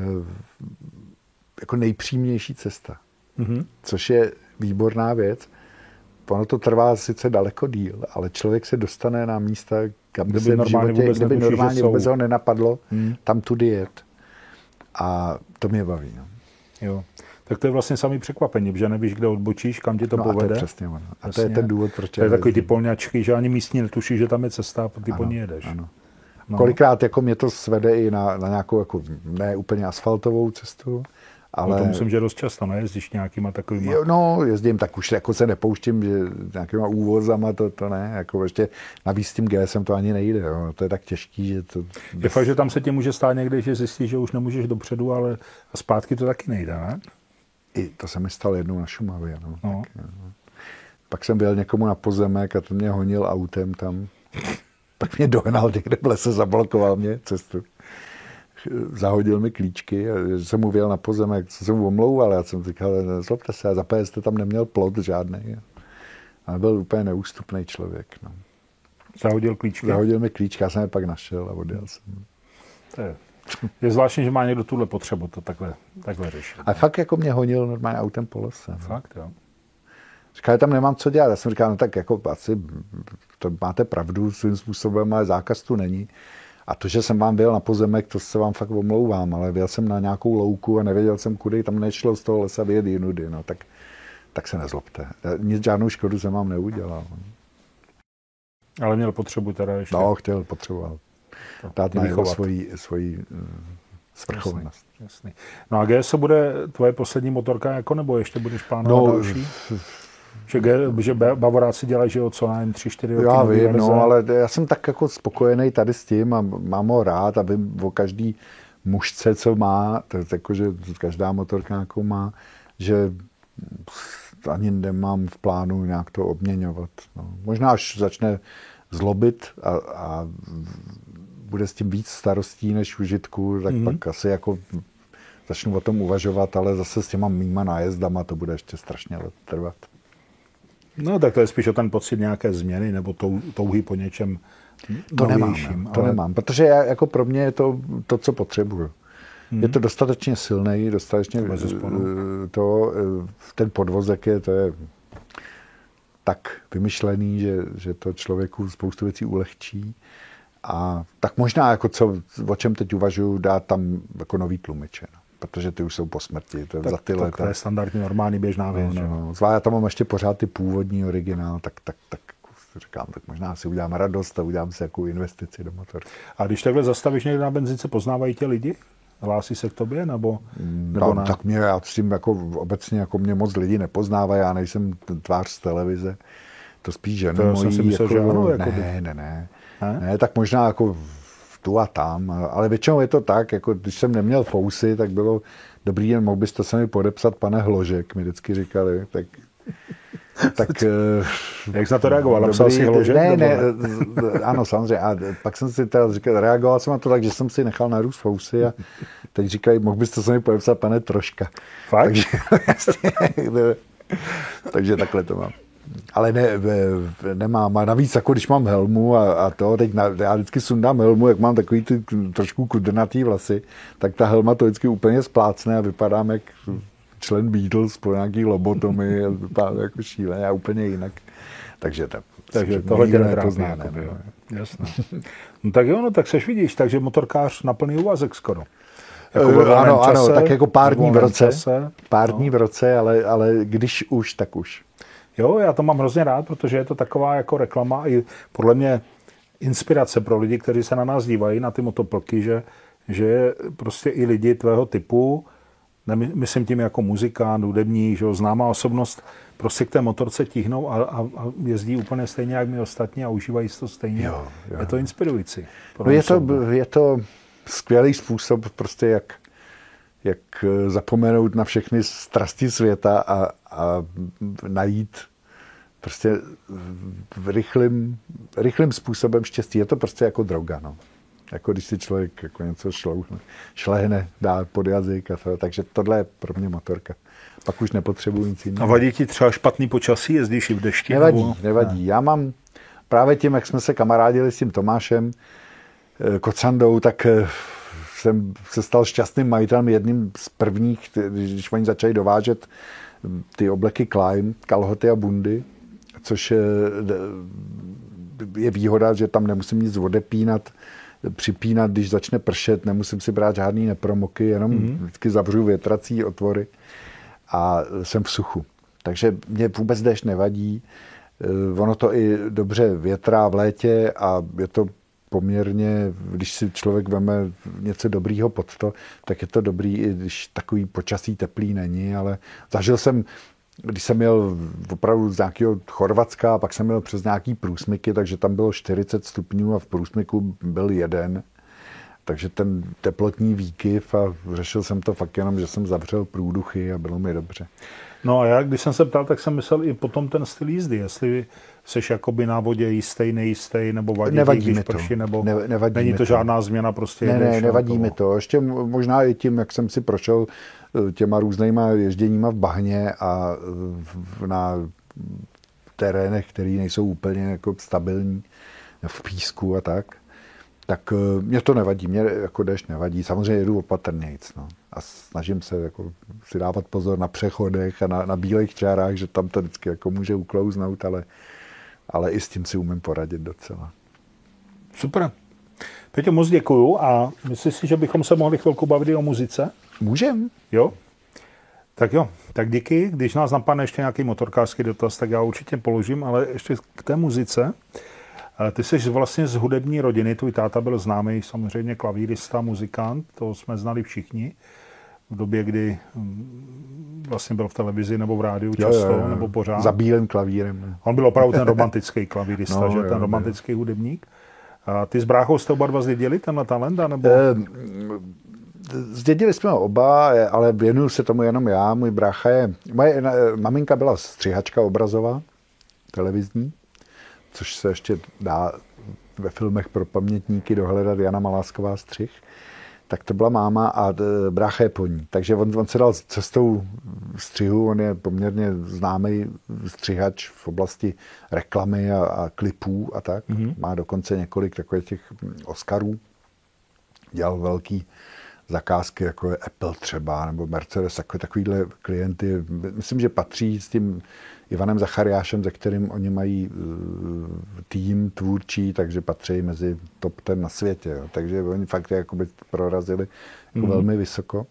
jako nejpřímější cesta. Mm-hmm. Což je výborná věc. Ono to trvá sice daleko díl, ale člověk se dostane na místa, kam by se v životě, vůbec kdyby netuší, normálně vůbec ho nenapadlo, hmm. tam tudy jet. A to mě baví. No. Jo. Tak to je vlastně samý překvapení, že nevíš, kde odbočíš, kam ti to no povede. A to je přesně ono. A přesně. To je ten důvod, proč... To je takový ty polňačky, že ani místní netuší, že tam je cesta a ty po ní jedeš. Ano. No. Kolikrát jako mě to svede i na, na nějakou jako ne úplně asfaltovou cestu, ale... No to myslím, že dost často nejezdíš nějakýma takovýma... Jo, no, jezdím, tak už jako se nepouštím, že nějakýma úvozama to, to ne, jako ještě navíc s tím G S em to ani nejde, jo. To je tak těžký, že to... Bez... Je fakt, že tam se ti může stát někdy, že zjistíš, že už nemůžeš dopředu, ale zpátky to taky nejde, ne? I to se mi stalo jednou na Šumavě, no. no. Tak, no. Pak jsem byl někomu na pozemek a ten mě honil autem tam. Pak mě dohnal někde v lese, zablokoval mě cestu. Zahodil mi klíčky a jsem mu vyjel na pozemek, co jsem mu omlouval. Já jsem říkal, zlobte se, a za P jste tam neměl plot žádnej. A byl úplně neústupný člověk. No. Zahodil klíčky? Zahodil mi klíčky, já jsem je pak našel a odjel jsem. To je, je zvláštní, že má někdo tuhle potřebu to takhle, takhle řešit. A fakt jako mě honil normálně autem po lese. Fakt, jo. Říkal, tam nemám co dělat. Já jsem říkal, no tak jako asi to máte pravdu svým způsobem, ale zákaz tu není. A to, že jsem vám byl na pozemek, to se vám fakt omlouvám, ale byl jsem na nějakou louku a nevěděl jsem kudy, tam nešlo z toho lesa vyjet jinudy, no tak, tak se nezlobte. Nic, žádnou škodu jsem vám neudělal. Ale měl potřebu teda ještě. No, chtěl, potřeboval. Dát najevo svoji, svoji uh, svrchovanost. Jasný, jasný. No a G S bude tvoje poslední motorka, jako, nebo ještě budeš plánovat no, další? Že, že Bavoráci dělají, že o co najím tři čtyři roky. Já vím, no, ale já jsem tak jako spokojený tady s tím a mám ho rád a vím o každý mužce, co má, tak jako, že každá motorka nějakou má, že ani nemám v plánu nějak to obměňovat. No. Možná až začne zlobit a, a bude s tím víc starostí než užitku, tak mm-hmm. pak asi jako začnu o tom uvažovat, ale zase s těma mýma nájezdama to bude ještě strašně let trvat. No tak to je spíš o ten pocit nějaké změny nebo tou, touhy po něčem to novějším. Nemám, to ale... nemám, protože já, jako pro mě je to to, co potřebuju. Hmm. Je to dostatečně silný, dostatečně to, ten podvozek je, to je tak vymyšlený, že, že to člověku spoustu věcí ulehčí. A tak možná, jako co, o čem teď uvažuju, dát tam jako nový tlumiče. No. Protože ty už jsou po smrti. To je tak, za ty leta. To je standardní, normální, běžná věc. No, no, no. Zvlášť já tam mám ještě pořád ty původní originál, tak, tak, tak říkám, tak možná si udělám radost a udělám si jakou investici do motoru. A když takhle zastavíš někde na benzince, poznávají tě lidi? Hlásí se k tobě, nebo, nebo no, ne? Tak mě, já s tím jako obecně jako mě moc lidi nepoznávají, já nejsem tvář z televize. To spíš ženy to mojí. Si myslel, jako, že ano, jako ne, ne, ne, ne, ne. Ne, tak možná jako tu a tam, ale většinou je to tak, jako když jsem neměl fousy, tak bylo dobrý, jen mohl byste se mi podepsat, pane Hložek, mi vždycky říkali, tak... tak jak jsi na to reagoval? Napsal si Hložek? Ne, ne, ano, samozřejmě. A pak jsem si teda říkal, reagoval jsem na to tak, že jsem si nechal narůst fousy a teď říkají, mohl byste se mi podepsat, pane Troška. Fakt? Takže, takže takhle to mám. Ale ne, nemám. A navíc, jako když mám helmu a, a to, teď na, já vždycky sundám helmu, jak mám takový ty trošku kudrnatý vlasy, tak ta helma to vždycky úplně splácne a vypadám jak člen Beatles po nějaký lobotomii, vypadá jako šíleně a úplně jinak. Takže, tak, takže tohle tě netrápí. Ne, ne, ne. Jasné. No tak jo, no tak seš vidíš, takže motorkář na plný úvazek skoro. Jako uh, ano, čase, ano, tak jako pár dní v roce, čase, pár no. dní v roce, ale, ale když už, tak už. Jo, já to mám hrozně rád, protože je to taková jako reklama i podle mě inspirace pro lidi, kteří se na nás dívají, na ty motoplky, že, že prostě i lidi tvého typu, myslím tím jako muzikant, hudebník, že jo, známá osobnost, prostě k té motorce tíhnou a, a, a jezdí úplně stejně, jak my ostatní a užívají to stejně. Jo, jo. Je to inspirující. No je, to, je to skvělý způsob, prostě jak, jak zapomenout na všechny strasti světa a, a najít prostě v rychlým, rychlým způsobem štěstí. Je to prostě jako droga, no. Jako když si člověk jako něco šlouhne, šlehne, dá pod jazyk a to, takže tohle je pro mě motorka. Pak už nepotřebuji nic jiného. A vadí ti třeba špatný počasí, jezdíš i v dešti? Nevadí, nebo? nevadí. Ne. Já mám právě tím, jak jsme se kamarádili s tím Tomášem Kocandou, tak jsem se stal šťastným majitelem, jedním z prvních, když oni začali dovážet ty obleky Klein, kalhoty a bundy, což je výhoda, že tam nemusím nic odepínat, připínat, když začne pršet, nemusím si brát žádný nepromoky, jenom mm-hmm. vždycky zavřu větrací otvory a jsem v suchu. Takže mě vůbec déšť nevadí. Ono to i dobře větrá v létě a je to poměrně, když si člověk veme něco dobrýho pod to, tak je to dobrý, i když takový počasí teplý není, ale zažil jsem, když jsem jel opravdu z nějakého Chorvatska, pak jsem jel přes nějaký průsmyky, takže tam bylo čtyřicet stupňů a v průsmyku byl jeden. Takže ten teplotní výkyv a řešil jsem to fakt jenom, že jsem zavřel průduchy a bylo mi dobře. No a já, když jsem se ptal, tak jsem myslel i potom ten styl jízdy, jestli seš jakoby na vodě jistý, nejistý, nebo vadí, nevadí když mi to. prší, nebo ne, nevadí není to, to žádná změna, prostě ne, jedeš. Ne, nevadí mi to. Ještě možná i tím, jak jsem si prošel těma různýma ježděníma v bahně a na terénech, které nejsou úplně jako stabilní, v písku a tak, tak mě to nevadí, mě jako déšť nevadí. Samozřejmě jedu opatrnějc, no. A snažím se jako si dávat pozor na přechodech a na, na bílých čárách, že tam to vždycky jako může uklouznout, ale, ale i s tím si umím poradit docela. Super. Peťo, moc děkuju a myslíš si, že bychom se mohli chvilku bavit i o muzice? Můžem. Jo? Tak jo, tak díky. Když nás napadne ještě nějaký motorkářský dotaz, tak já určitě položím, ale ještě k té muzice. Ty jsi vlastně z hudební rodiny, tvůj táta byl známý samozřejmě klavírista, muzikant, to jsme znali všichni v době, kdy vlastně byl v televizi nebo v rádiu často, jo, jo, jo. nebo pořád. Za bílým klavírem. Ne? On byl opravdu ten romantický klavírista, no, že? Jo, ten romantický jo. hudebník. A ty s bráchou jste oba dva zdědili tenhle talent? Nebo... Eh, zdědili jsme ho oba, ale věnuju se tomu jenom já. Můj brácha je... Moje maminka byla střihačka obrazová, televizní, což se ještě dá ve filmech pro pamětníky dohledat, Jana Malásková střih. Tak to byla máma a brácha je po ní. Takže on, on se dal cestou střihu, on je poměrně známý střihač v oblasti reklamy a, a klipů a tak. Mm-hmm. Má dokonce několik takových těch Oscarů. Dělal velký zakázky, jako je Apple třeba, nebo Mercedes, takové takovýhle klienty. Myslím, že patří s tím Ivanem Zachariášem, ze kterým oni mají tým tvůrčí, takže patří mezi top ten na světě. Jo. Takže oni fakt jakoby prorazili jako mm. velmi vysoko.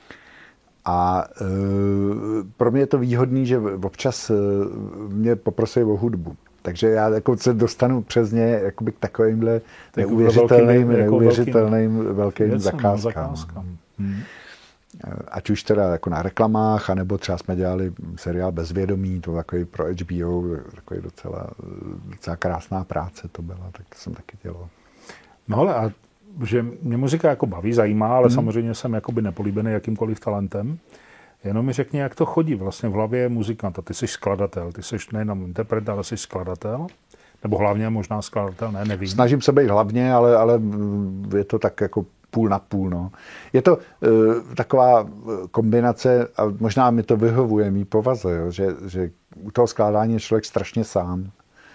A e, pro mě je to výhodný, že občas e, mě poprosí o hudbu. Takže já jako se dostanu přes ně jakoby k takovýmhle neuvěřitelným, velkým, neuvěřitelným velkým, velkým zakázkám. zakázkám. Hmm. Ať už teda jako na reklamách, anebo třeba jsme dělali seriál Bezvědomí, to takový pro H B O, takový docela, docela krásná práce to byla, tak to jsem taky dělal. No ale a že mě muzika jako baví, zajímá, ale hmm. samozřejmě jsem jakoby nepolíbený jakýmkoliv talentem. Jenom mi řekni, jak to chodí vlastně v hlavě muzikanta. Ty jsi skladatel, ty jsi nejenom interpret, ale jsi skladatel. Nebo hlavně možná skladatel, ne, nevím. Snažím se být hlavně, ale, ale je to tak jako půl na půl. No. Je to uh, taková kombinace, a možná mi to vyhovuje mý povaze, jo, že, že u toho skládání je člověk strašně sám.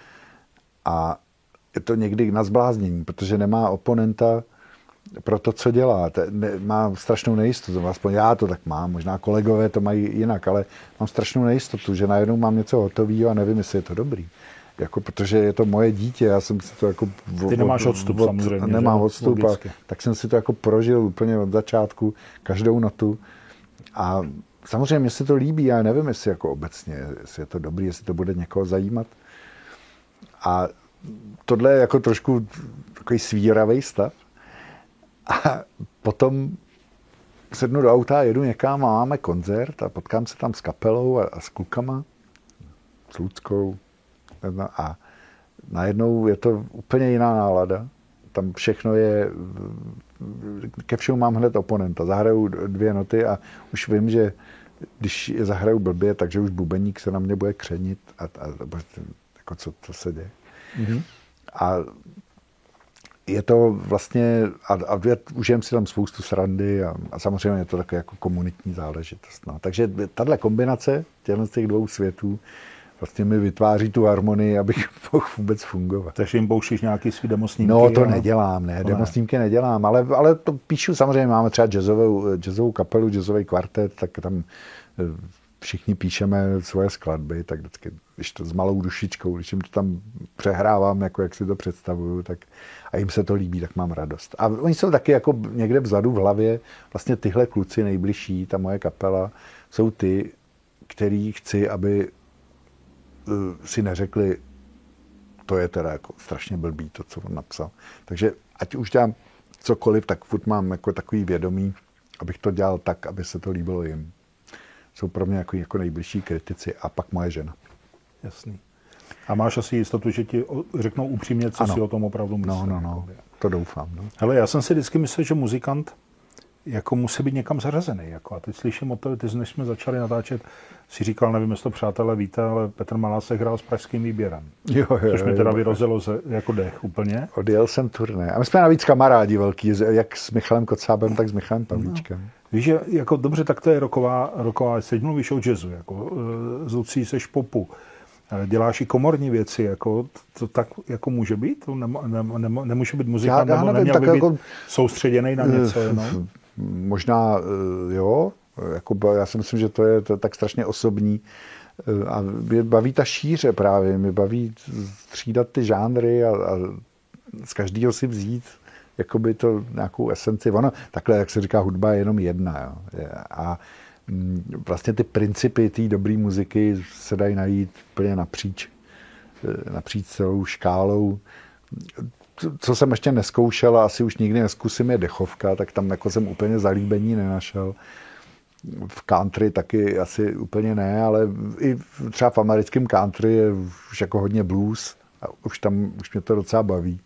A je to někdy na zbláznění, protože nemá oponenta pro to, co dělá. Má strašnou nejistotu, aspoň já to tak mám, možná kolegové to mají jinak, ale mám strašnou nejistotu, že najednou mám něco hotového a nevím, jestli je to dobrý. Jako, protože je to moje dítě, já jsem si to jako... Ty nemáš odstup od, samozřejmě. Nemám odstup, a, tak jsem si to jako prožil úplně od začátku, každou notu. A samozřejmě mě se to líbí, já nevím, jestli jako obecně, jestli je to dobrý, jestli to bude někoho zajímat. A tohle je jako trošku takový svíravý stav. A potom sednu do auta, jedu někam a máme koncert a potkám se tam s kapelou a, a s klukama, s Luckou. A najednou je to úplně jiná nálada. Tam všechno je, ke všemu mám hned oponenta. Zahraju dvě noty a už vím, že když je zahraju blbě, takže už bubeník se na mě bude křenit a, a jako co, co se děje. Mm-hmm. A je to vlastně, a, a užijem si tam spoustu srandy a, a samozřejmě je to také jako komunitní záležitost. No. Takže tahle kombinace těch dvou světů vlastně mi vytváří tu harmonii, abych mohl vůbec fungovat. Takže jim pouštíš nějaký svý demosnímky? No to a... nedělám, ne, demosnímky ne. nedělám, ale, ale to píšu, samozřejmě máme třeba jazzovou, jazzovou kapelu, jazzový kvartet, tak tam všichni píšeme svoje skladby, tak vždycky, když to s malou dušičkou, když jim to tam přehrávám, jako jak si to představuju, tak a jim se to líbí, tak mám radost. A oni jsou taky jako někde vzadu v hlavě, vlastně tyhle kluci nejbližší, ta moje kapela, jsou ty, který chci, aby si neřekli, to je teda jako strašně blbý, to, co on napsal. Takže ať už dělám cokoliv, tak furt mám jako takový vědomí, abych to dělal tak, aby se to líbilo jim. Jsou pro mě jako, jako nejbližší kritici a pak moje žena. Jasný. A máš asi jistotu, že ti řeknou upřímně, co ano. si o tom opravdu myslí? No, no, no, to doufám. No. Hele, já jsem si vždycky myslel, že muzikant jako musí být někam zařazený. Jako. A teď slyším o to, ty než jsme začali natáčet, si říkal, nevím, jestli to přátelé víte, ale Petr Malásek hrál s Pražským výběrem. Jo, jo, což mi teda jo, vyrozilo ze, jako dech úplně. Odjel jsem turné. A my jsme navíc kamarádi velký, jak s Michalem Kocábem, tak s Michalem Pavlíčkem. No. Víš, že jako dobře, tak to je roková, roková teď mluvíš o jazzu, jako zlucí seš popu. Děláš i komorní věci, jako, to tak jako může být? To nem, nem, nem, nemůže být muzikant, nebo neměl by být jako soustředěný na něco jenom? Možná jo, jako, já si myslím, že to je, to je tak strašně osobní a mě baví ta šíře právě, mě baví střídat ty žánry a, a z každého si vzít jakoby to nějakou esenci. Ono, takhle, jak se říká, hudba je jenom jedna. Jo. A vlastně ty principy té dobré muziky se dají najít úplně napříč, napříč celou škálou. Co jsem ještě neskoušel a asi už nikdy neskusím je dechovka, tak tam jako jsem úplně zalíbení nenašel. V country taky asi úplně ne, ale i třeba v americkém country je už jako hodně blues a už tam, už mě to docela baví.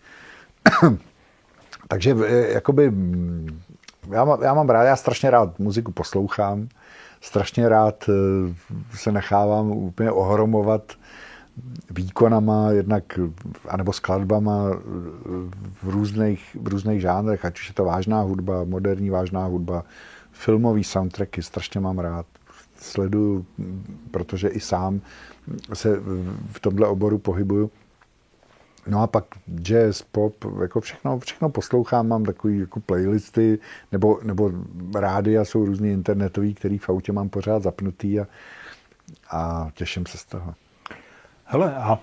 Takže jakoby, já, má, já mám rád, já strašně rád muziku poslouchám, strašně rád se nechávám úplně ohromovat výkonama, jednak, anebo skladbama v různých, v různých žánrech, ať už je to vážná hudba, moderní vážná hudba, filmový soundtracky, strašně mám rád. Sleduju, protože i sám se v tomhle oboru pohybuju. No a pak jazz, pop, jako všechno, všechno poslouchám, mám takový jako playlisty, nebo, nebo rádia jsou různý internetový, který v autě mám pořád zapnutý a, a těším se z toho. Hele, a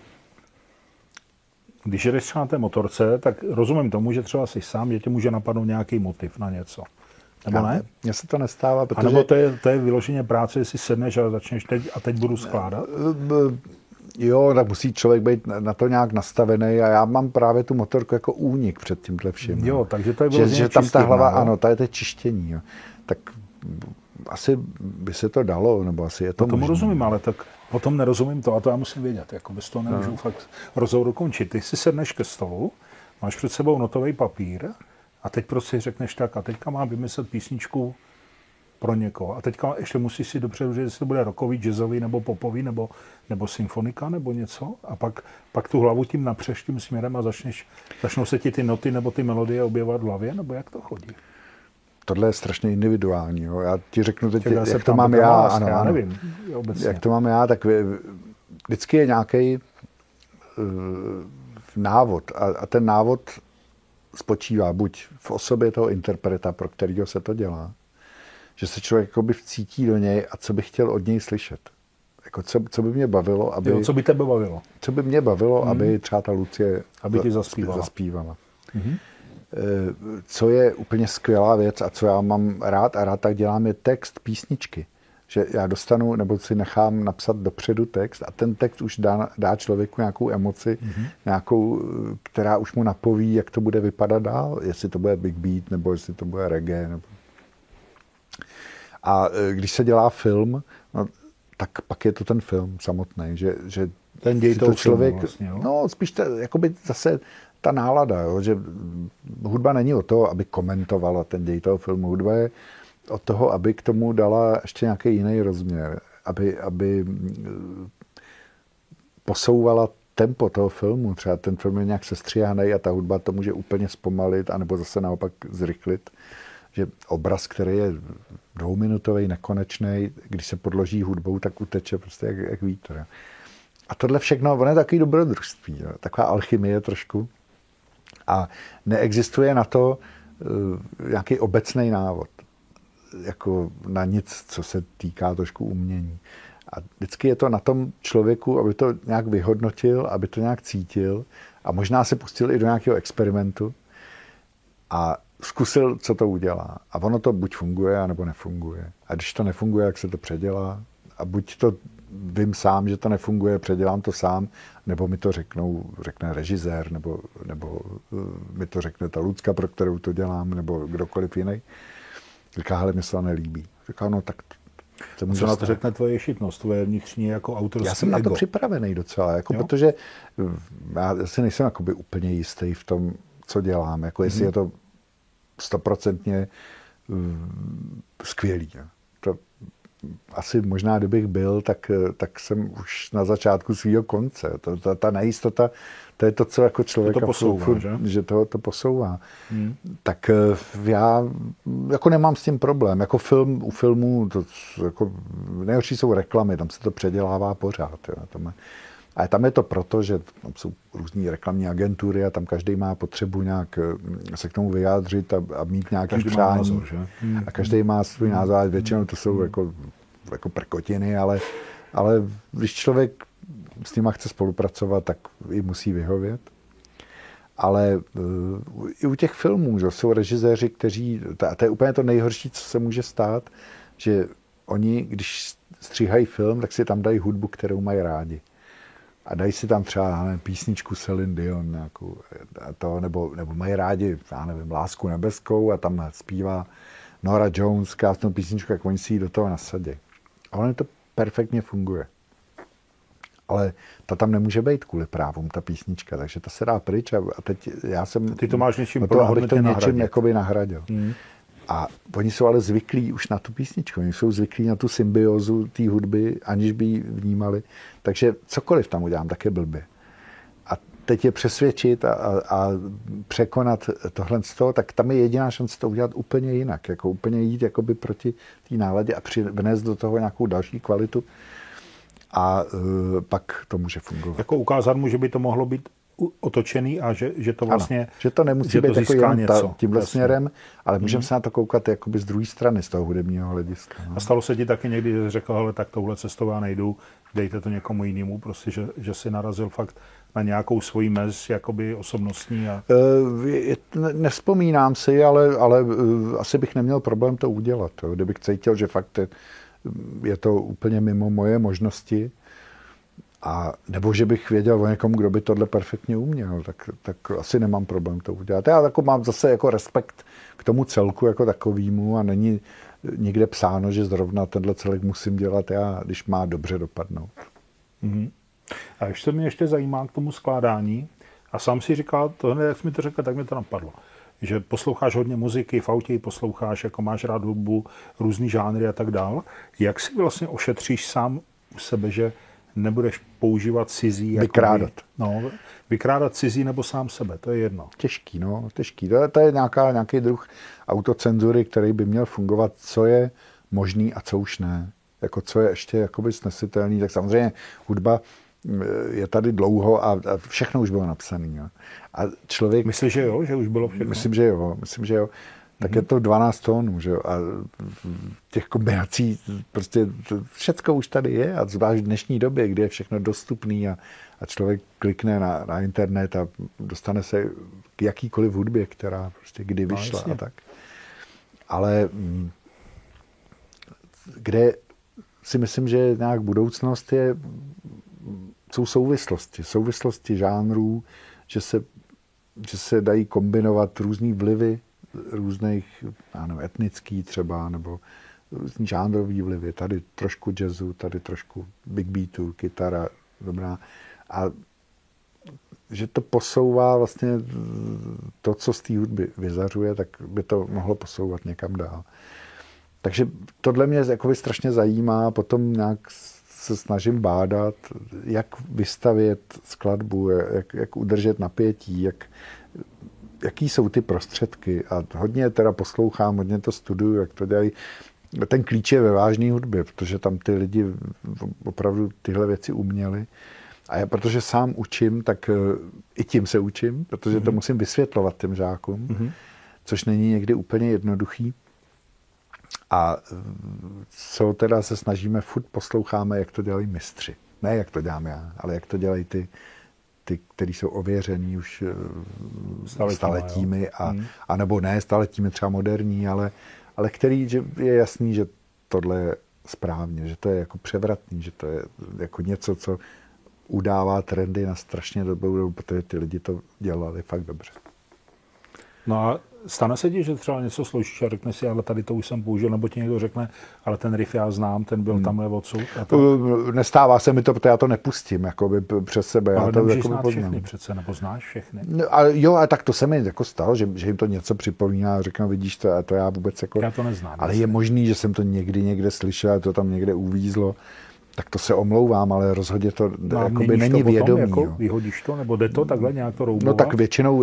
když jedeš třeba na té motorce, tak rozumím tomu, že třeba jsi sám, že tě může napadnout nějaký motiv na něco. Nebo já, ne? Mně se to nestává, protože... A nebo to je, to je vyloženě práce, jestli sedneš a začneš teď a teď budu skládat? Jo, tak musí člověk být na to nějak nastavený a já mám právě tu motorku jako únik před tímhle vším. Jo, takže to je že, že tam ta čistění, hlava, no? Ano, to je to čištění. Jo. tak asi by se to dalo, nebo asi je to no tomu možné. rozumím, ale tak o tom nerozumím to a to já musím vědět. Jako bez toho nemůžu no. fakt rozhovor dokončit. Ty si sedneš ke stolu, máš před sebou notový papír a teď prostě řekneš tak a teďka mám vymyslet písničku pro někoho. A teďka ještě musíš si dobře říct, jestli to bude rockový, jazzový, nebo popový, nebo, nebo symfonika, nebo něco. A pak, pak tu hlavu tím napřeš tím směrem a začneš, začnou se ti ty noty nebo ty melodie objevovat v hlavě, nebo jak to chodí? Tohle je strašně individuální. Jo. Já ti řeknu teď, jak, jak to mám já. Vás, ano, já ano. nevím, obecně. Jak to mám já, tak vždycky je nějaký uh, návod. A, a ten návod spočívá buď v osobě toho interpreta, pro kterého se to dělá, že se člověk jakoby vcítí do něj a co by chtěl od něj slyšet. Jako co, co by mě bavilo, aby... Jo, co by tebe bavilo? Co by mě bavilo, hmm. aby třeba ta Lucie aby ti zaspívala. zaspívala. Hmm. Co je úplně skvělá věc a co já mám rád a rád tak dělám, je text písničky. Že já dostanu, nebo si nechám napsat dopředu text a ten text už dá, dá člověku nějakou emoci, mm-hmm. nějakou, která už mu napoví, jak to bude vypadat dál, jestli to bude big beat, nebo jestli to bude reggae. Nebo... A když se dělá film, no, tak pak je to ten film samotný, že, že ten děj toho člověk, vlastně, jo? No spíš to, jakoby zase ta nálada, jo, že hudba není o to, aby komentovala ten děj toho filmu, hudba je od toho, aby k tomu dala ještě nějaký jiný rozměr, aby, aby posouvala tempo toho filmu. Třeba ten film je nějak sestříhaný a ta hudba to může úplně zpomalit, anebo zase naopak zrychlit. Že obraz, který je dvouminutový, nekonečný, když se podloží hudbou, tak uteče prostě jak, jak vítr. A tohle všechno, ono je takový dobrodružství, jo, taková alchymie trošku. A neexistuje na to uh, nějaký obecný návod. Jako na nic, co se týká trošku umění. A vždycky je to na tom člověku, aby to nějak vyhodnotil, aby to nějak cítil a možná se pustil i do nějakého experimentu a zkusil, co to udělá. A ono to buď funguje, anebo nefunguje. A když to nefunguje, jak se to předělá. A buď to vím sám, že to nefunguje, předělám to sám, nebo mi to řeknou, řekne režisér, nebo, nebo mi to řekne ta Lucka, pro kterou to dělám, nebo kdokoliv jiný. Říká, hele, mi se to nelíbí. Říká, no tak... To co na to řekne tvoje šitnost, tvoje vnitřní jako autorský Já jsem ego. na to připravený docela, jako, protože já si nejsem jakoby úplně jistý v tom, co dělám. Jako jestli mm-hmm. je to stoprocentně skvělý. To asi možná, kdybych byl, tak, tak jsem už na začátku svýho konce. To, ta, ta nejistota, to je to, co jako člověka to posouvá, furt, že? že to, to posouvá. Hmm. Tak já jako nemám s tím problém. Jako film, u filmů to, jako, nejhorší jsou reklamy, tam se to předělává pořád. Jo. Tam je, ale tam je to proto, že tam jsou různý reklamní agentury a tam každý má potřebu nějak se k tomu vyjádřit a, a mít nějaký každý přání. Má názor, že? Hmm. A každý má svůj názor, ale většinou to jsou jako, jako prkotiny, ale, ale když člověk s nima chce spolupracovat, tak i musí vyhovět. Ale uh, i u těch filmů, že jsou režiséři, kteří, a to je úplně to nejhorší, co se může stát, že oni, když stříhají film, tak si tam dají hudbu, kterou mají rádi. A dají si tam třeba nevím, písničku Celine Dion nějakou, a to, nebo, nebo mají rádi, já nevím, Lásku nebeskou a tam zpívá Nora Jones krásnou písničku, jak oni si ji do toho nasadí. A ono to perfektně funguje. Ale ta tam nemůže být kvůli právům, ta písnička, takže ta se dá pryč a teď já jsem... Ty to máš něčím to, abych to něčím nahradit. jakoby nahradil. Hmm. A oni jsou ale zvyklí už na tu písničku, oni jsou zvyklí na tu symbiózu té hudby, aniž by ji vnímali. Takže cokoliv tam udělám, tak je blbě. A teď je přesvědčit a, a, a překonat tohle z toho, tak tam je jediná šance to udělat úplně jinak. Jako úplně jít jakoby proti té náladě a vnést do toho nějakou další kvalitu. A uh, pak to může fungovat. Jako ukázat mu, že by to mohlo být otočený a že, že to vlastně... Ano, že to nemusí že být to jako jenom ta, tímhle jasně. směrem, ale můžeme mm. se na to koukat jakoby z druhé strany, z toho hudebního hlediska. No. A stalo se ti taky někdy, že jsi řekl, hele, tak touhle cestou já nejdu, dejte to někomu jinému, prostě, že, že jsi narazil fakt na nějakou svoji mez, jakoby osobnostní? A... E, nevzpomínám si, ale, ale asi bych neměl problém to udělat. Jo. Kdybych cítil, že fakt je, je to úplně mimo moje možnosti, a nebo že bych věděl o někom, kdo by tohle perfektně uměl, tak, tak asi nemám problém to udělat. Já jako mám zase jako respekt k tomu celku jako takovýmu a není, někde psáno, že zrovna tenhle celek musím dělat já, když má dobře dopadnout. Mm-hmm. A ještě mě ještě zajímá k tomu skládání, a sám si říkal, tohle, jak jsi mi to řekl, tak mi to napadlo, že posloucháš hodně muziky, v autě posloucháš, jako máš rád hudbu, různý žánry a tak dál. Jak si vlastně ošetříš sám sebe, že nebudeš používat cizí? Vykrádat. No, vykrádat cizí nebo sám sebe, to je jedno. Těžký, no, těžký. To je, to je nějaká, nějaký druh autocenzury, který by měl fungovat, co je možný a co už ne. Jako co je ještě jakoby snesitelný. Tak samozřejmě hudba je tady dlouho a, a všechno už bylo napsané. Jo. A člověk... Myslíš, že jo? Že už bylo všechno? Myslím, že jo. Myslím, že jo. Tak mm-hmm. je to dvanáct tónů, že jo. A těch kombinací prostě všecko už tady je. A zvlášť v dnešní době, kdy je všechno dostupný a, a člověk klikne na, na internet a dostane se k jakýkoliv hudbě, která prostě kdy vyšla no, a tak. Ale kde si myslím, že nějak budoucnost je, jsou souvislosti. Souvislosti žánrů, že se, že se dají kombinovat různý vlivy, různých, já nevím, etnický třeba, nebo různý žánrový vlivy. Tady trošku jazzu, tady trošku big beatu, kytara, dobrá. A že to posouvá vlastně to, co z té hudby vyzařuje, tak by to mohlo posouvat někam dál. Takže tohle mě jakoby strašně zajímá, potom nějak se snažím bádat, jak vystavět skladbu, jak, jak udržet napětí, jak, jaký jsou ty prostředky. A hodně teda poslouchám, hodně to studuju, jak to dělají. Ten klíč je ve vážné hudbě, protože tam ty lidi opravdu tyhle věci uměli. A já, protože sám učím, tak i tím se učím, protože mm-hmm. to musím vysvětlovat těm žákům, mm-hmm. což není někdy úplně jednoduchý. A co teda se snažíme, furt posloucháme, jak to dělají mistři. Ne jak to dělám já, ale jak to dělají ty, ty kteří jsou ověření už staletími, staletími a, hmm. a nebo ne staletími třeba moderní, ale, ale který že je jasný, že tohle je správně, že to je jako převratný, že to je jako něco, co udává trendy na strašně dobrou dobu, protože ty lidi to dělali fakt dobře. No a stane se ti, že třeba něco sloužíš a řekne si, ale tady to už jsem použil, nebo ti někdo řekne, ale ten riff já znám, ten byl hmm. tamhle odsud. To... Nestává se mi to, protože já to nepustím jakoby přes sebe. Ale já to nemůžeš znát všechny přece, nebo znáš všechny. No, a jo, ale tak to se mi jako stalo, že, že jim to něco připomíná a řeknu, vidíš to, a to já vůbec jako... Já to neznám. Ale je možný, že jsem to někdy někde slyšel, to tam někde uvízlo. Tak to se omlouvám, ale rozhodně to no, jakoby není to vědomí. Jako vyhodíš to, nebo jde to takhle nějak to roubovat? No tak většinou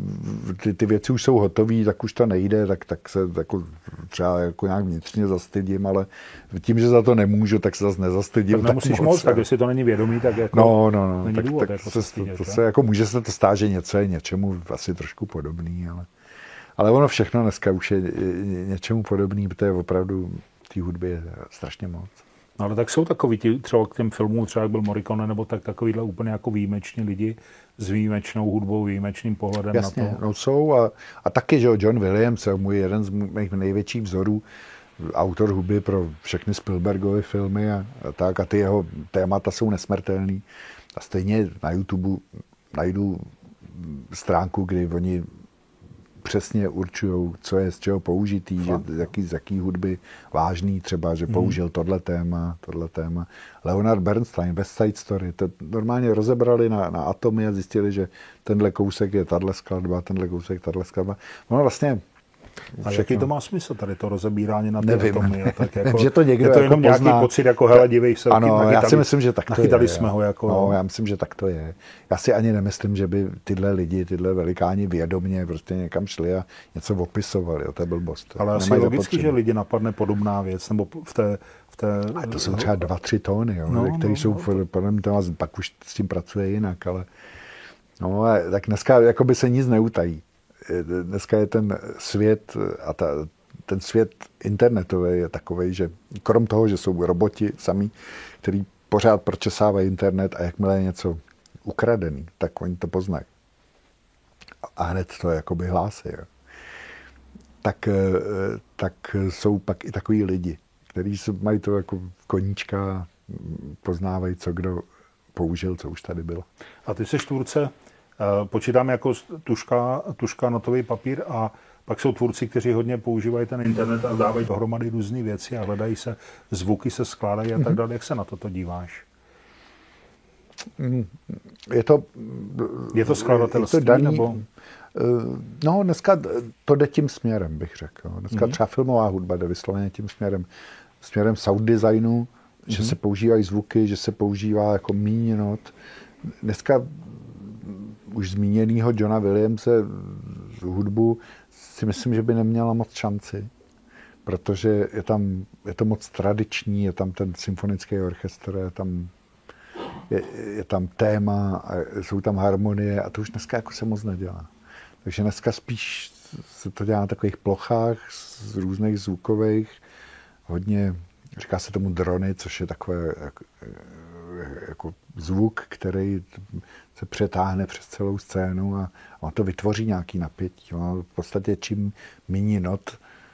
ty, ty věci už jsou hotové, tak už to nejde, tak, tak se jako, třeba jako nějak vnitřně zastydím, ale tím, že za to nemůžu, tak se zase nezastydím. Tak nemusíš tak moc, moc, tak jestli to není vědomí, tak jako no, no, no, není tak, důvod. Tak jako se, stydět, to se jako může se to stát, že něco je něčemu asi trošku podobný, ale, ale ono všechno dneska už je něčemu podobný, protože opravdu té hudby je strašně moc. No, ale tak jsou takový ti, třeba k těm filmům, třeba jak byl Morricone, nebo tak takovýhle úplně jako výjimeční lidi s výjimečnou hudbou, výjimečným pohledem jasně, na to. No jsou a, a taky, že John Williams je můj jeden z mých největších vzorů, autor hudby pro všechny Spielbergovy filmy a, a tak a ty jeho témata jsou nesmrtelný. A stejně na YouTube najdu stránku, kdy oni přesně určují, co je z čeho použitý, že, jaký, z jaký hudby vážný třeba, že použil mm. tohle téma, tohle téma. Leonard Bernstein, West Side Story, to normálně rozebrali na, na atomy a zjistili, že tenhle kousek je tahle skladba, tenhle kousek tahle skladba. No vlastně a jaký to má smysl tady to rozebírání na ty Nevím. atomy? Tak jako, že to někdo je to jenom jako nějaký pozná. Pocit, jako hele, dívej se. Ano, nachytali, já si myslím, že tak to nachytali je. jsme ho jako... No, já myslím, že tak to je. Já si ani nemyslím, že by tyhle lidi, tyhle velikáni vědomě prostě někam šli a něco opisovali. O té blbost. Ale asi logicky, zapotřebí. Že lidi napadne podobná věc, nebo v té... V té a to jsou třeba dva, tři tóny, jo, no, které no, jsou, no, podle to... pak už s tím pracuje jinak, ale no, tak dneska jakoby se nic neutají. Dneska je ten svět a ta, ten svět internetový je takovej, že krom toho, že jsou roboti sami, který pořád pročesávají internet a jakmile je něco ukradený, tak oni to poznají. A hned to jakoby hlásí. Jo. Tak, tak jsou pak i takový lidi, kteří mají to jako koníčka, poznávají, co kdo použil, co už tady bylo. A ty seš tvůrce, počítám jako tuška, tuška notový papír a Pak jsou tvůrci, kteří hodně používají ten internet a dávají dohromady různé věci a hledají se, zvuky se skládají a tak dále. Jak se na toto díváš? Je to... Je to skladatelství, je to daný, nebo... No, dneska to jde tím směrem, bych řekl. Dneska mm-hmm. třeba filmová hudba jde vysloveně tím směrem. Směrem sound designu, mm-hmm. že se používají zvuky, že se používá jako míň not. Dneska už zmíněnýho Johna Williamse z hudbu si myslím, že by neměla moc šanci, protože je tam, je to moc tradiční, je tam ten symfonický orchestr, je tam, je, je tam téma, a jsou tam harmonie a to už dneska jako se moc nedělá. Takže dneska spíš se to dělá na takových plochách z různých zvukových, hodně, říká se tomu drony, což je takové jako, jako zvuk, který se přetáhne přes celou scénu a on to vytvoří nějaký napětí. V podstatě čím méně not,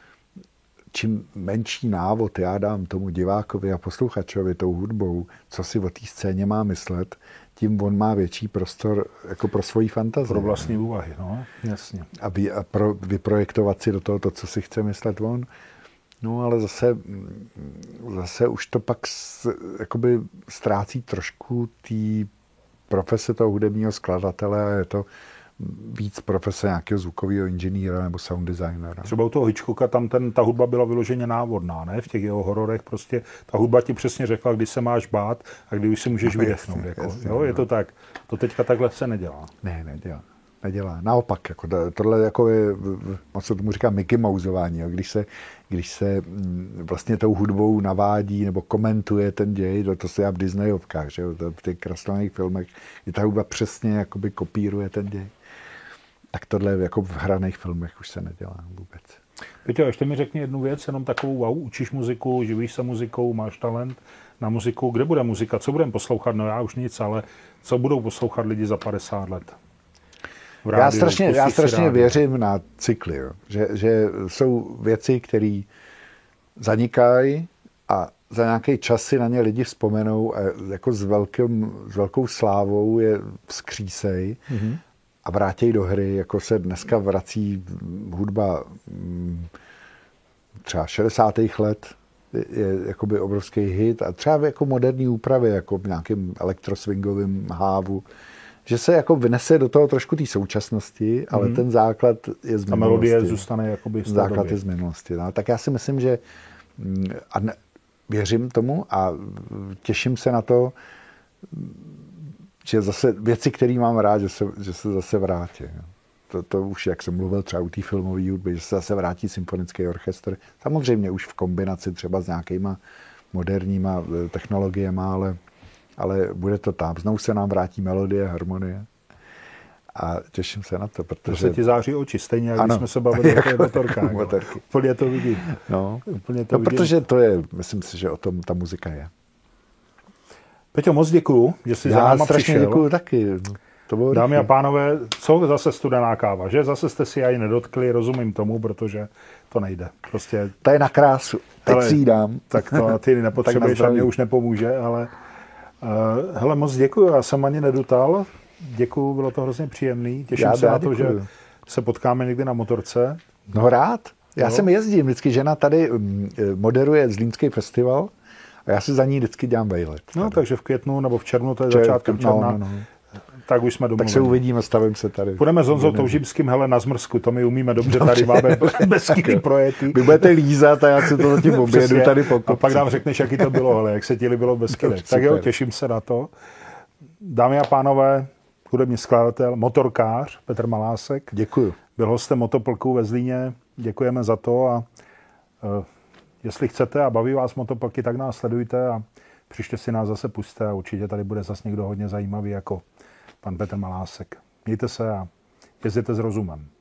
čím menší návod já dám tomu divákovi a posluchačovi tou hudbou, co si o té scéně má myslet, tím on má větší prostor jako pro svoji fantazii. Pro vlastní úvahy, no, jasně. A, vy, a pro, vyprojektovat si do toho to, co si chce myslet on. No, ale zase, zase už to pak s, jakoby ztrácí trošku té profese toho hudebního skladatele a je to víc profese nějakého zvukového inženýra nebo sound designera. Třeba u toho Hitchcocka tam ten, ta hudba byla vyloženě návodná, ne? V těch jeho hororech prostě ta hudba ti přesně řekla, kdy se máš bát a kdy už si můžeš no, vydechnout. Jasně, jako, jasně, jo, je to tak. To teďka takhle se nedělá. Ne, nedělá. Nedělá. Naopak, jako tohle jako je, moc se tomu říká Mickey Mouseování, jo? Když se, když se vlastně tou hudbou navádí nebo komentuje ten děj, to, to se já v Disneyovkách, že jo? V těch krásných filmech, kdy ta hudba přesně jakoby kopíruje ten děj. Tak tohle jako v hraných filmech už se nedělá vůbec. Peťo, ještě mi řekni jednu věc, jenom takovou wow, učíš muziku, živíš se muzikou, máš talent na muziku. Kde bude muzika? Co budeme poslouchat? No já už nic, ale co budou poslouchat lidi za padesát let? Rádiu, já strašně, já strašně věřím na cykly, jo. Že, že jsou věci, které zanikají a za nějaký čas si na ně lidi vzpomenou a jako s, velkým, s velkou slávou je vzkřísej mm-hmm. a vrátí do hry, jako se dneska vrací hudba třeba šedesátých let, je jakoby obrovský hit a třeba jako moderní úpravy, jako v nějakém elektroswingovém hávu, že se jako vnese do toho trošku té současnosti, ale mm. ten základ je z minulosti. Ta melodie zůstane jakoby z základ době. Je z minulosti. No. Tak já si myslím, že a ne, věřím tomu a těším se na to, že zase věci, které mám rád, že se, že se zase vrátí. To, to už, jak jsem mluvil třeba u té filmové hudby, že se zase vrátí symfonický orchestr. Samozřejmě už v kombinaci třeba s nějakýma moderníma technologiemi, ale ale bude to tam. Znovu se nám vrátí melodie, harmonie a těším se na to, protože... To se ti září oči, stejně jak jsme se bavili o té motorkách. Úplně to vidím. No, Úplně to no vidím. Protože to je, myslím si, že o tom ta muzika je. Peťo, moc děkuju, že jsi Já za náma přišel. Já strašně děkuju taky. To bylo Dámy rychle. a pánové, co zase studená káva, že? Zase jste si ji nedotkli, rozumím tomu, protože to nejde. Prostě... To je na krásu. Teď si ji dám. Tak to ty nepotřebuješ a mě už nepomůže, ale... Uh, hele, moc děkuju, já jsem ani nedutal. Děkuju, bylo to hrozně příjemný. Těším já se na to, děkuju. Že se potkáme někdy na motorce. No rád. Já no. sem jezdím. Vždycky žena tady moderuje Zlínský festival a já si za ní vždycky dělám vejlet. No, tady. Takže v květnu nebo v červnu, to je Čer, začátkem června. No, no, no. Tak už jsme domluveni. Tak se uvidíme, stavím se tady. Půjdeme s Honzou Toužímským, hele, na zmrzku, to my umíme dobře, dobře. Tady máme Beskydní projekty. Vy budete lízat a já si to zatím objedu tady po kopci. A pak nám řekneš, jaký to bylo, ale jak se ti líbilo v Beskydech. Tak jo, těším se na to. Dámy a pánové, hudební skladatel, motorkář Petr Malásek. Děkuju. Byl hostem Motoplku ve Zlíně, děkujeme za to a uh, jestli chcete a baví vás motoplky, tak nás sledujte a příště si nás zase pusťte a určitě tady bude zase někdo hodně zajímavý jako pan Petr Malásek. Mějte se a jezděte s rozumem.